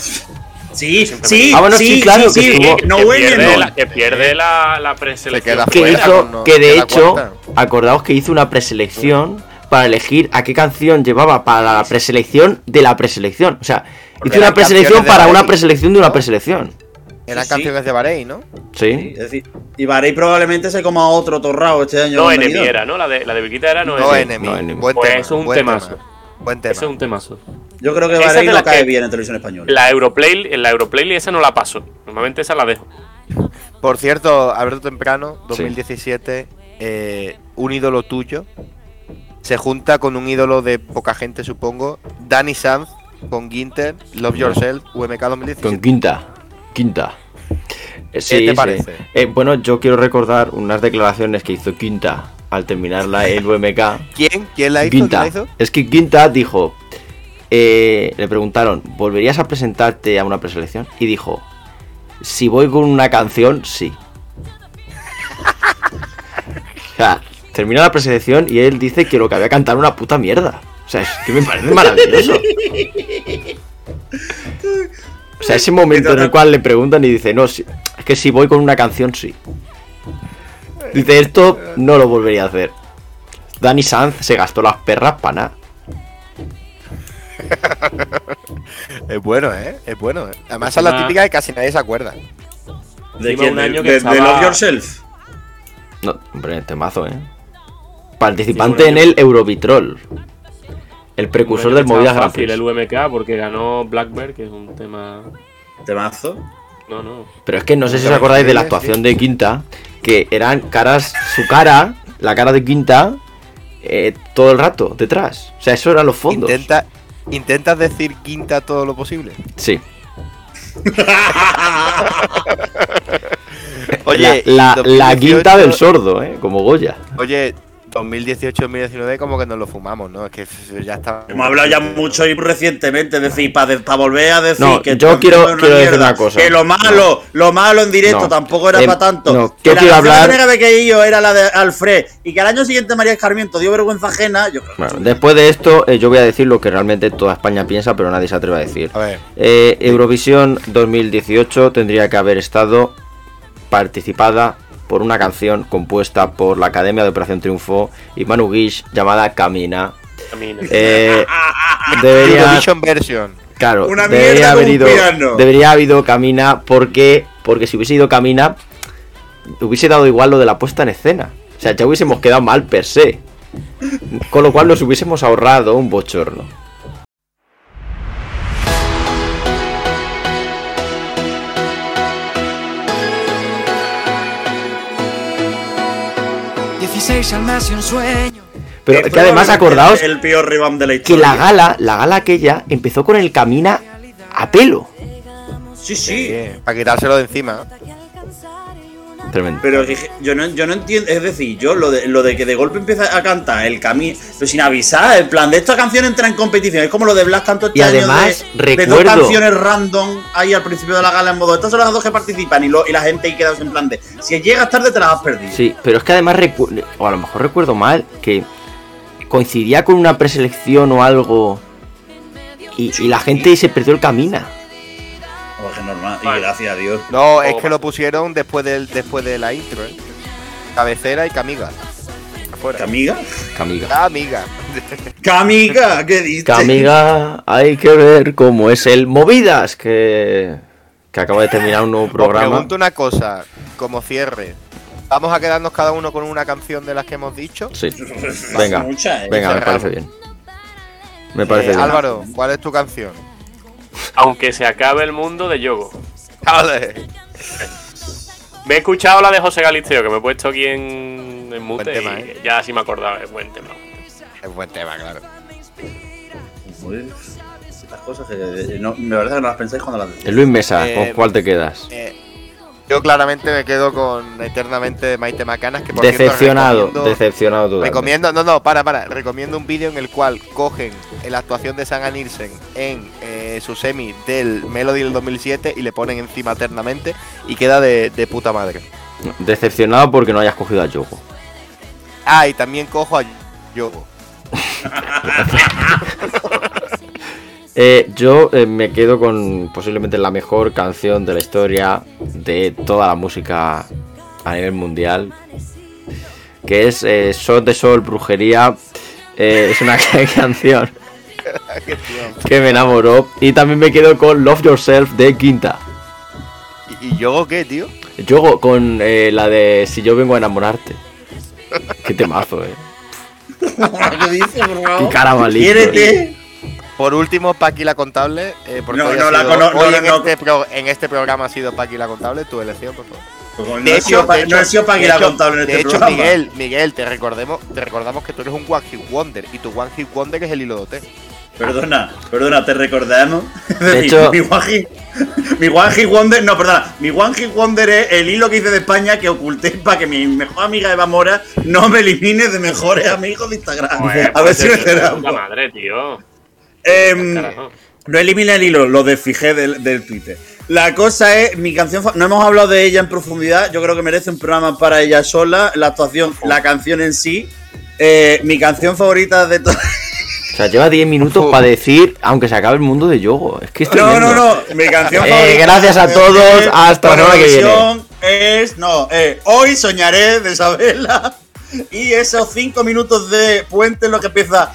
S1: Sí, sí,
S3: Ah, bueno, sí, claro, que estuvo-
S1: no
S11: que
S1: Way
S11: pierde,
S1: no.
S11: la, que pierde la, la preselección.
S2: queda
S3: Que
S2: fuera,
S3: hizo,
S2: no-
S3: que de
S2: queda
S3: hecho,
S2: cuarta.
S3: acordaos que hizo una preselección para elegir a qué canción llevaba para la preselección de la preselección. O sea,
S2: Porque
S3: hizo una
S2: eran
S3: preselección
S2: canciones de
S3: para una
S2: Bahrein,
S3: preselección de una
S2: ¿no?
S3: preselección.
S2: Eran
S1: Sí, sí.
S2: canciones de Bahrein, ¿no?
S3: Sí.
S1: Es decir, y Bahrein probablemente se coma otro torrao este año.
S11: No,
S1: con
S11: Enemy
S1: Benidorm.
S11: era, ¿no? La de, la de Briquita era no,
S2: No,
S11: Enemy.
S2: Enemy.
S3: no, Enemy.
S2: Buen
S11: Pues
S2: tema.
S11: es un
S2: buen
S11: temazo.
S2: tema. Buen tema.
S4: ese es un temazo.
S1: Yo creo que
S11: Esa
S1: Bahrein
S11: de
S1: no
S11: la
S1: cae
S11: que-
S1: bien en televisión española.
S11: La Europlay, en la Europlay esa no la paso. Normalmente esa la dejo.
S2: Por cierto, Alberto Temprano,
S3: Sí.
S2: dos mil diecisiete, eh, un ídolo tuyo se junta con un ídolo de poca gente, supongo, Dani Sanz, con Ginter, Love Yourself, U M K dos mil diecisiete.
S3: Con Quinta. Quinta. Eh, Sí,
S2: ¿Qué te
S3: sí.
S2: parece?
S3: Eh, bueno, yo quiero recordar unas declaraciones que hizo Quinta al terminar la, el U M K.
S2: ¿Quién? ¿Quién la hizo?
S3: Quinta.
S2: ¿Quién la hizo?
S3: Es que Quinta dijo, eh, le preguntaron, ¿volverías a presentarte a una preselección? Y dijo, si voy con una canción, sí. O sea, termina la preselección y él dice que lo que había cantado era una puta mierda. O sea, es que me parece maravilloso. O sea, ese momento en el cual le preguntan y dice, no, sí, es que si voy con una canción, sí. Dice, esto no lo volvería a hacer. Dani Sanz se gastó las perras para nada.
S2: Es bueno, ¿eh? Es bueno, ¿eh? Además, esa es la típica que casi nadie se acuerda.
S1: ¿De
S4: Encima
S1: quién?
S4: un año
S1: ¿De,
S4: que
S1: de-
S4: estaba-
S1: de Love Yourself?
S3: No, hombre, temazo, ¿eh? Participante en el Eurovitrol. El precursor
S4: Un año
S3: del
S4: que estaba
S3: Movidas Grand
S4: fácil
S3: Prix.
S4: el U M K porque ganó Blackbird, que es un tema.
S1: ¿Temazo?
S4: No, no.
S3: Pero es que no sé si os acordáis de la actuación de Quinta, que eran caras, su cara, la cara de Quinta, eh, todo el rato detrás. O sea, eso eran los fondos.
S2: Intenta, ¿Intentas decir Quinta todo lo posible?
S3: Sí.
S2: Oye,
S3: la, la, la
S2: dos mil dieciocho
S3: Quinta del sordo, ¿eh? Como Goya.
S2: Oye, dos mil dieciocho dos mil diecinueve como que nos lo fumamos, ¿no? Es que ya está.
S1: Hemos hablado ya mucho y recientemente, es decir, para volver a decir
S3: No,
S1: que
S3: yo
S1: esto
S3: quiero-
S1: es una
S3: quiero decir
S1: mierda,
S3: una cosa.
S1: que lo malo, lo malo en directo
S3: No.
S1: tampoco era
S3: Em,
S1: para tanto.
S3: no,
S1: que
S3: yo
S1: la
S3: quiero
S1: canción
S3: hablar-
S1: que tenía que yo era la de Alfred y que al año siguiente María Escarmiento dio vergüenza ajena. Yo creo
S3: Bueno, después de esto, eh, yo voy a decir lo que realmente toda España piensa, pero nadie se atreve a decir.
S2: A ver.
S3: Eh, Eurovisión dos mil dieciocho tendría que haber estado participada por una canción compuesta por la Academia de Operación Triunfo y Manu Guix llamada Camina.
S11: Camina.
S3: Eh, debería,
S2: Eurovision version.
S3: claro,
S1: Una
S3: debería
S1: mierda
S3: haber
S1: con un
S3: ido,
S1: piano.
S3: debería haber ido Camina porque, porque si hubiese ido Camina, hubiese dado igual lo de la puesta en escena. O sea, ya hubiésemos quedado mal per se. Con lo cual nos hubiésemos ahorrado un bochorno.
S10: dieciséis al mes y un sueño.
S3: Pero
S1: Que
S3: que además
S1: probablemente
S3: acordaos
S1: el peor rebound de la
S3: que
S1: historia.
S3: la gala, la gala aquella, empezó con el Camina a pelo.
S1: Sí, sí.
S2: Sí, para quitárselo de encima.
S3: Tremendo.
S1: Pero dije, yo no, yo no entiendo, es decir, yo lo de, lo de que de golpe empieza a cantar el camino, pero sin avisar, en plan, de esta canción entra en competición, es como lo de Blas cantó este
S3: Y
S1: año
S3: además,
S1: de, de dos
S3: recuerdo-
S1: canciones random ahí al principio de la gala en modo, estas son las dos que participan y, lo, y la gente ahí queda en plan de, si llegas tarde te las has perdido.
S3: Sí, pero es que además recu- o a lo mejor recuerdo mal que coincidía con una preselección o algo y, y la gente se perdió el Camina.
S1: Pues es normal, y
S11: Vale.
S1: gracias a Dios.
S2: No, es que lo pusieron después del después de la intro, ¿eh? Cabecera y Camiga. Afuera.
S1: ¿Camiga?
S3: Camiga.
S2: Camiga.
S1: Camiga, ¿qué dices?
S3: Camiga, hay que ver cómo es el Movidas que, que acaba de terminar un nuevo
S2: Os
S3: programa.
S2: pregunto una cosa, como cierre. ¿Vamos a quedarnos cada uno con una canción de las que hemos dicho?
S3: Sí. Venga,
S1: Muchas, ¿eh?
S3: venga, me
S2: Cerramos.
S3: parece bien. Me parece
S2: Eh,
S3: bien.
S2: Álvaro, ¿cuál es tu canción?
S11: Aunque se acabe el mundo de Yogo.
S2: Vale.
S11: Me he escuchado la de José Galisteo, que me he puesto aquí en, en mute
S2: Buen tema,
S11: y
S2: ¿eh?
S11: ya sí me acordaba, es buen tema.
S2: Es buen tema, claro.
S1: Pues, estas cosas que eh, no, me parece que no las pensáis cuando las decís.
S3: El Luis Mesa,
S2: Eh,
S3: ¿con cuál te quedas?
S2: Eh, yo claramente me quedo con Eternamente de Maite Macanas, que por cierto,
S3: Decepcionado,
S2: recomiendo-
S3: decepcionado totalmente.
S2: Recomiendo, no, no, para, para. Recomiendo un vídeo en el cual cogen la actuación de Saga Nielsen en eh, su semi del Melody del dos mil siete y le ponen encima Eternamente y queda de, de puta madre.
S3: Decepcionado porque no hayas cogido a Yogo.
S2: Ah, y también cojo a Yogo.
S3: Eh, yo eh, me quedo con posiblemente la mejor canción de la historia de toda la música a nivel mundial, que es eh, Sol de Sol, Brujería. Eh, es una canción que me enamoró. Y también me quedo con Love Yourself de Quinta.
S2: ¿Y, y Yogo qué, tío?
S3: Yo con eh, la de Si yo vengo a enamorarte. Qué temazo, eh.
S1: ¿Qué dices, por favor?
S3: Qué cara malito.
S1: Quiérete.
S2: Por último, Paqui la Contable. Eh, porque
S1: No,
S2: hoy ha
S1: no, la
S2: sido-
S1: cono- no,
S2: hoy
S1: no,
S2: en,
S1: no.
S2: Este pro- en este programa ha sido Paqui la Contable, tu elección, por favor.
S1: Pues no,
S2: De
S1: he
S2: hecho,
S1: sido pa-
S2: de
S1: no he
S2: hecho-
S1: sido para
S2: de
S1: que la
S2: hecho-
S1: contable en
S2: de
S1: este
S2: hecho,
S1: programa.
S2: Miguel, Miguel, te recordemos, te recordamos que tú eres un One Hit Wonder y tu One Hit Wonder es el hilo de T.
S1: Perdona, perdona, te recordamos. Es
S3: De
S1: decir,
S3: hecho-
S1: mi One Hit, mi One Hit Wonder, no, perdona, mi One Hit Wonder es el hilo que hice de España que oculté para que mi mejor amiga Eva Mora no me elimine de mejores amigos de Instagram.
S11: Joder,
S1: A ver
S11: pues
S1: si me
S11: eso,
S1: enteramos.
S11: puta madre, tío.
S1: Em,
S11: Carajo.
S1: no elimina el hilo, lo desfijé del, del Twitter. La cosa es, mi canción, fa- no hemos hablado de ella en profundidad, yo creo que merece un programa para ella sola, la actuación, la canción en sí. Eh, mi canción favorita de todo.
S3: O sea, lleva diez minutos para decir, aunque se acabe el mundo de Yogo. Es que es
S1: No, no,
S3: tremendo.
S1: no, mi canción
S3: Eh,
S1: favorita.
S3: gracias a
S1: de-
S3: todos,
S1: de-
S3: hasta la semana que viene.
S1: Eurovisión Es, no, eh, hoy soñaré de Isabela. Y esos cinco minutos de puente en lo que empieza.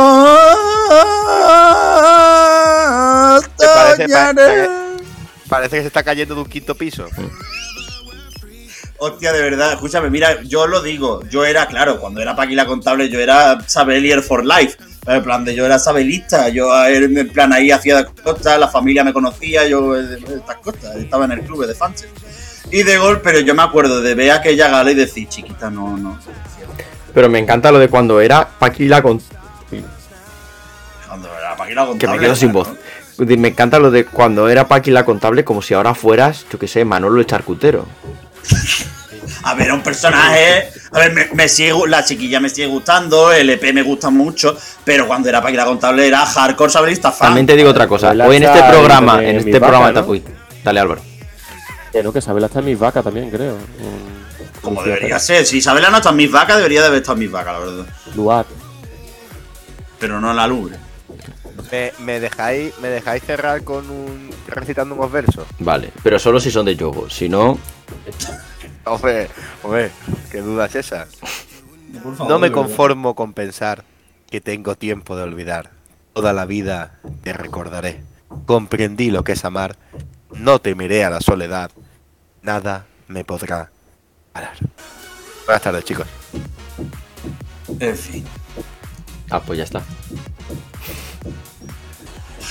S1: "Ah,
S2: Me parece, pa-
S1: soñaré".
S2: parece que se está cayendo de un quinto piso.
S1: Hostia, de verdad, escúchame, mira, yo lo digo, yo era, claro, cuando era Paqui la Contable, yo era Sabelier for life. En plan de yo era sabelista, yo en plan ahí hacía cosas, la familia me conocía, yo eh, estas cosas, estaba en el club de fans. Y de gol, pero yo me acuerdo de ver aquella gala y decir, chiquita, no, no.
S3: Pero me encanta lo de cuando era Paqui la con...
S1: Cuando era Paqui la
S3: Que
S1: Contable.
S3: me quedo sin voz. Me encanta lo de cuando era Paqui la Contable como si ahora fueras, yo qué sé, Manolo el Charcutero.
S1: A ver, un personaje. A ver, me, me sigue, la chiquilla me sigue gustando, el E P me gusta mucho, pero cuando era Paqui la Contable era hardcore sabelista fan.
S3: También te digo otra cosa.
S4: Isabela
S3: Hoy en
S4: está
S3: este
S4: ahí
S3: programa,
S4: también
S3: en
S4: en
S3: este
S4: mi
S3: programa
S4: vaca,
S3: está...
S4: ¿no?
S3: Uy, dale Álvaro.
S4: Que no, que Isabela está en mis vacas también, creo. En-
S1: Como
S4: Lucía
S1: debería
S4: Pérez.
S1: ser. Si Isabela no está en mis vacas, debería de haber estado en mis vacas, la verdad.
S4: Luat.
S1: Pero no en la Lubre.
S2: ¿Me, me dejáis, ¿Me dejáis cerrar con un recitando unos versos?
S3: Vale, pero solo si son de Yogo. Si no,
S2: Hombre, hombre, qué duda es esa.
S1: Por favor,
S2: No me
S1: de verdad.
S2: conformo con pensar que tengo tiempo de olvidar. Toda la vida te recordaré. Comprendí lo que es amar. No temeré a la soledad. Nada me podrá parar. Buenas tardes, chicos.
S1: En fin.
S3: ah, pues ya está.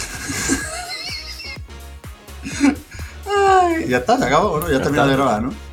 S1: Ay, ya está, se acabó, ¿no? Ya,
S3: Ya
S1: terminó
S3: está.
S1: de grabar, ¿no?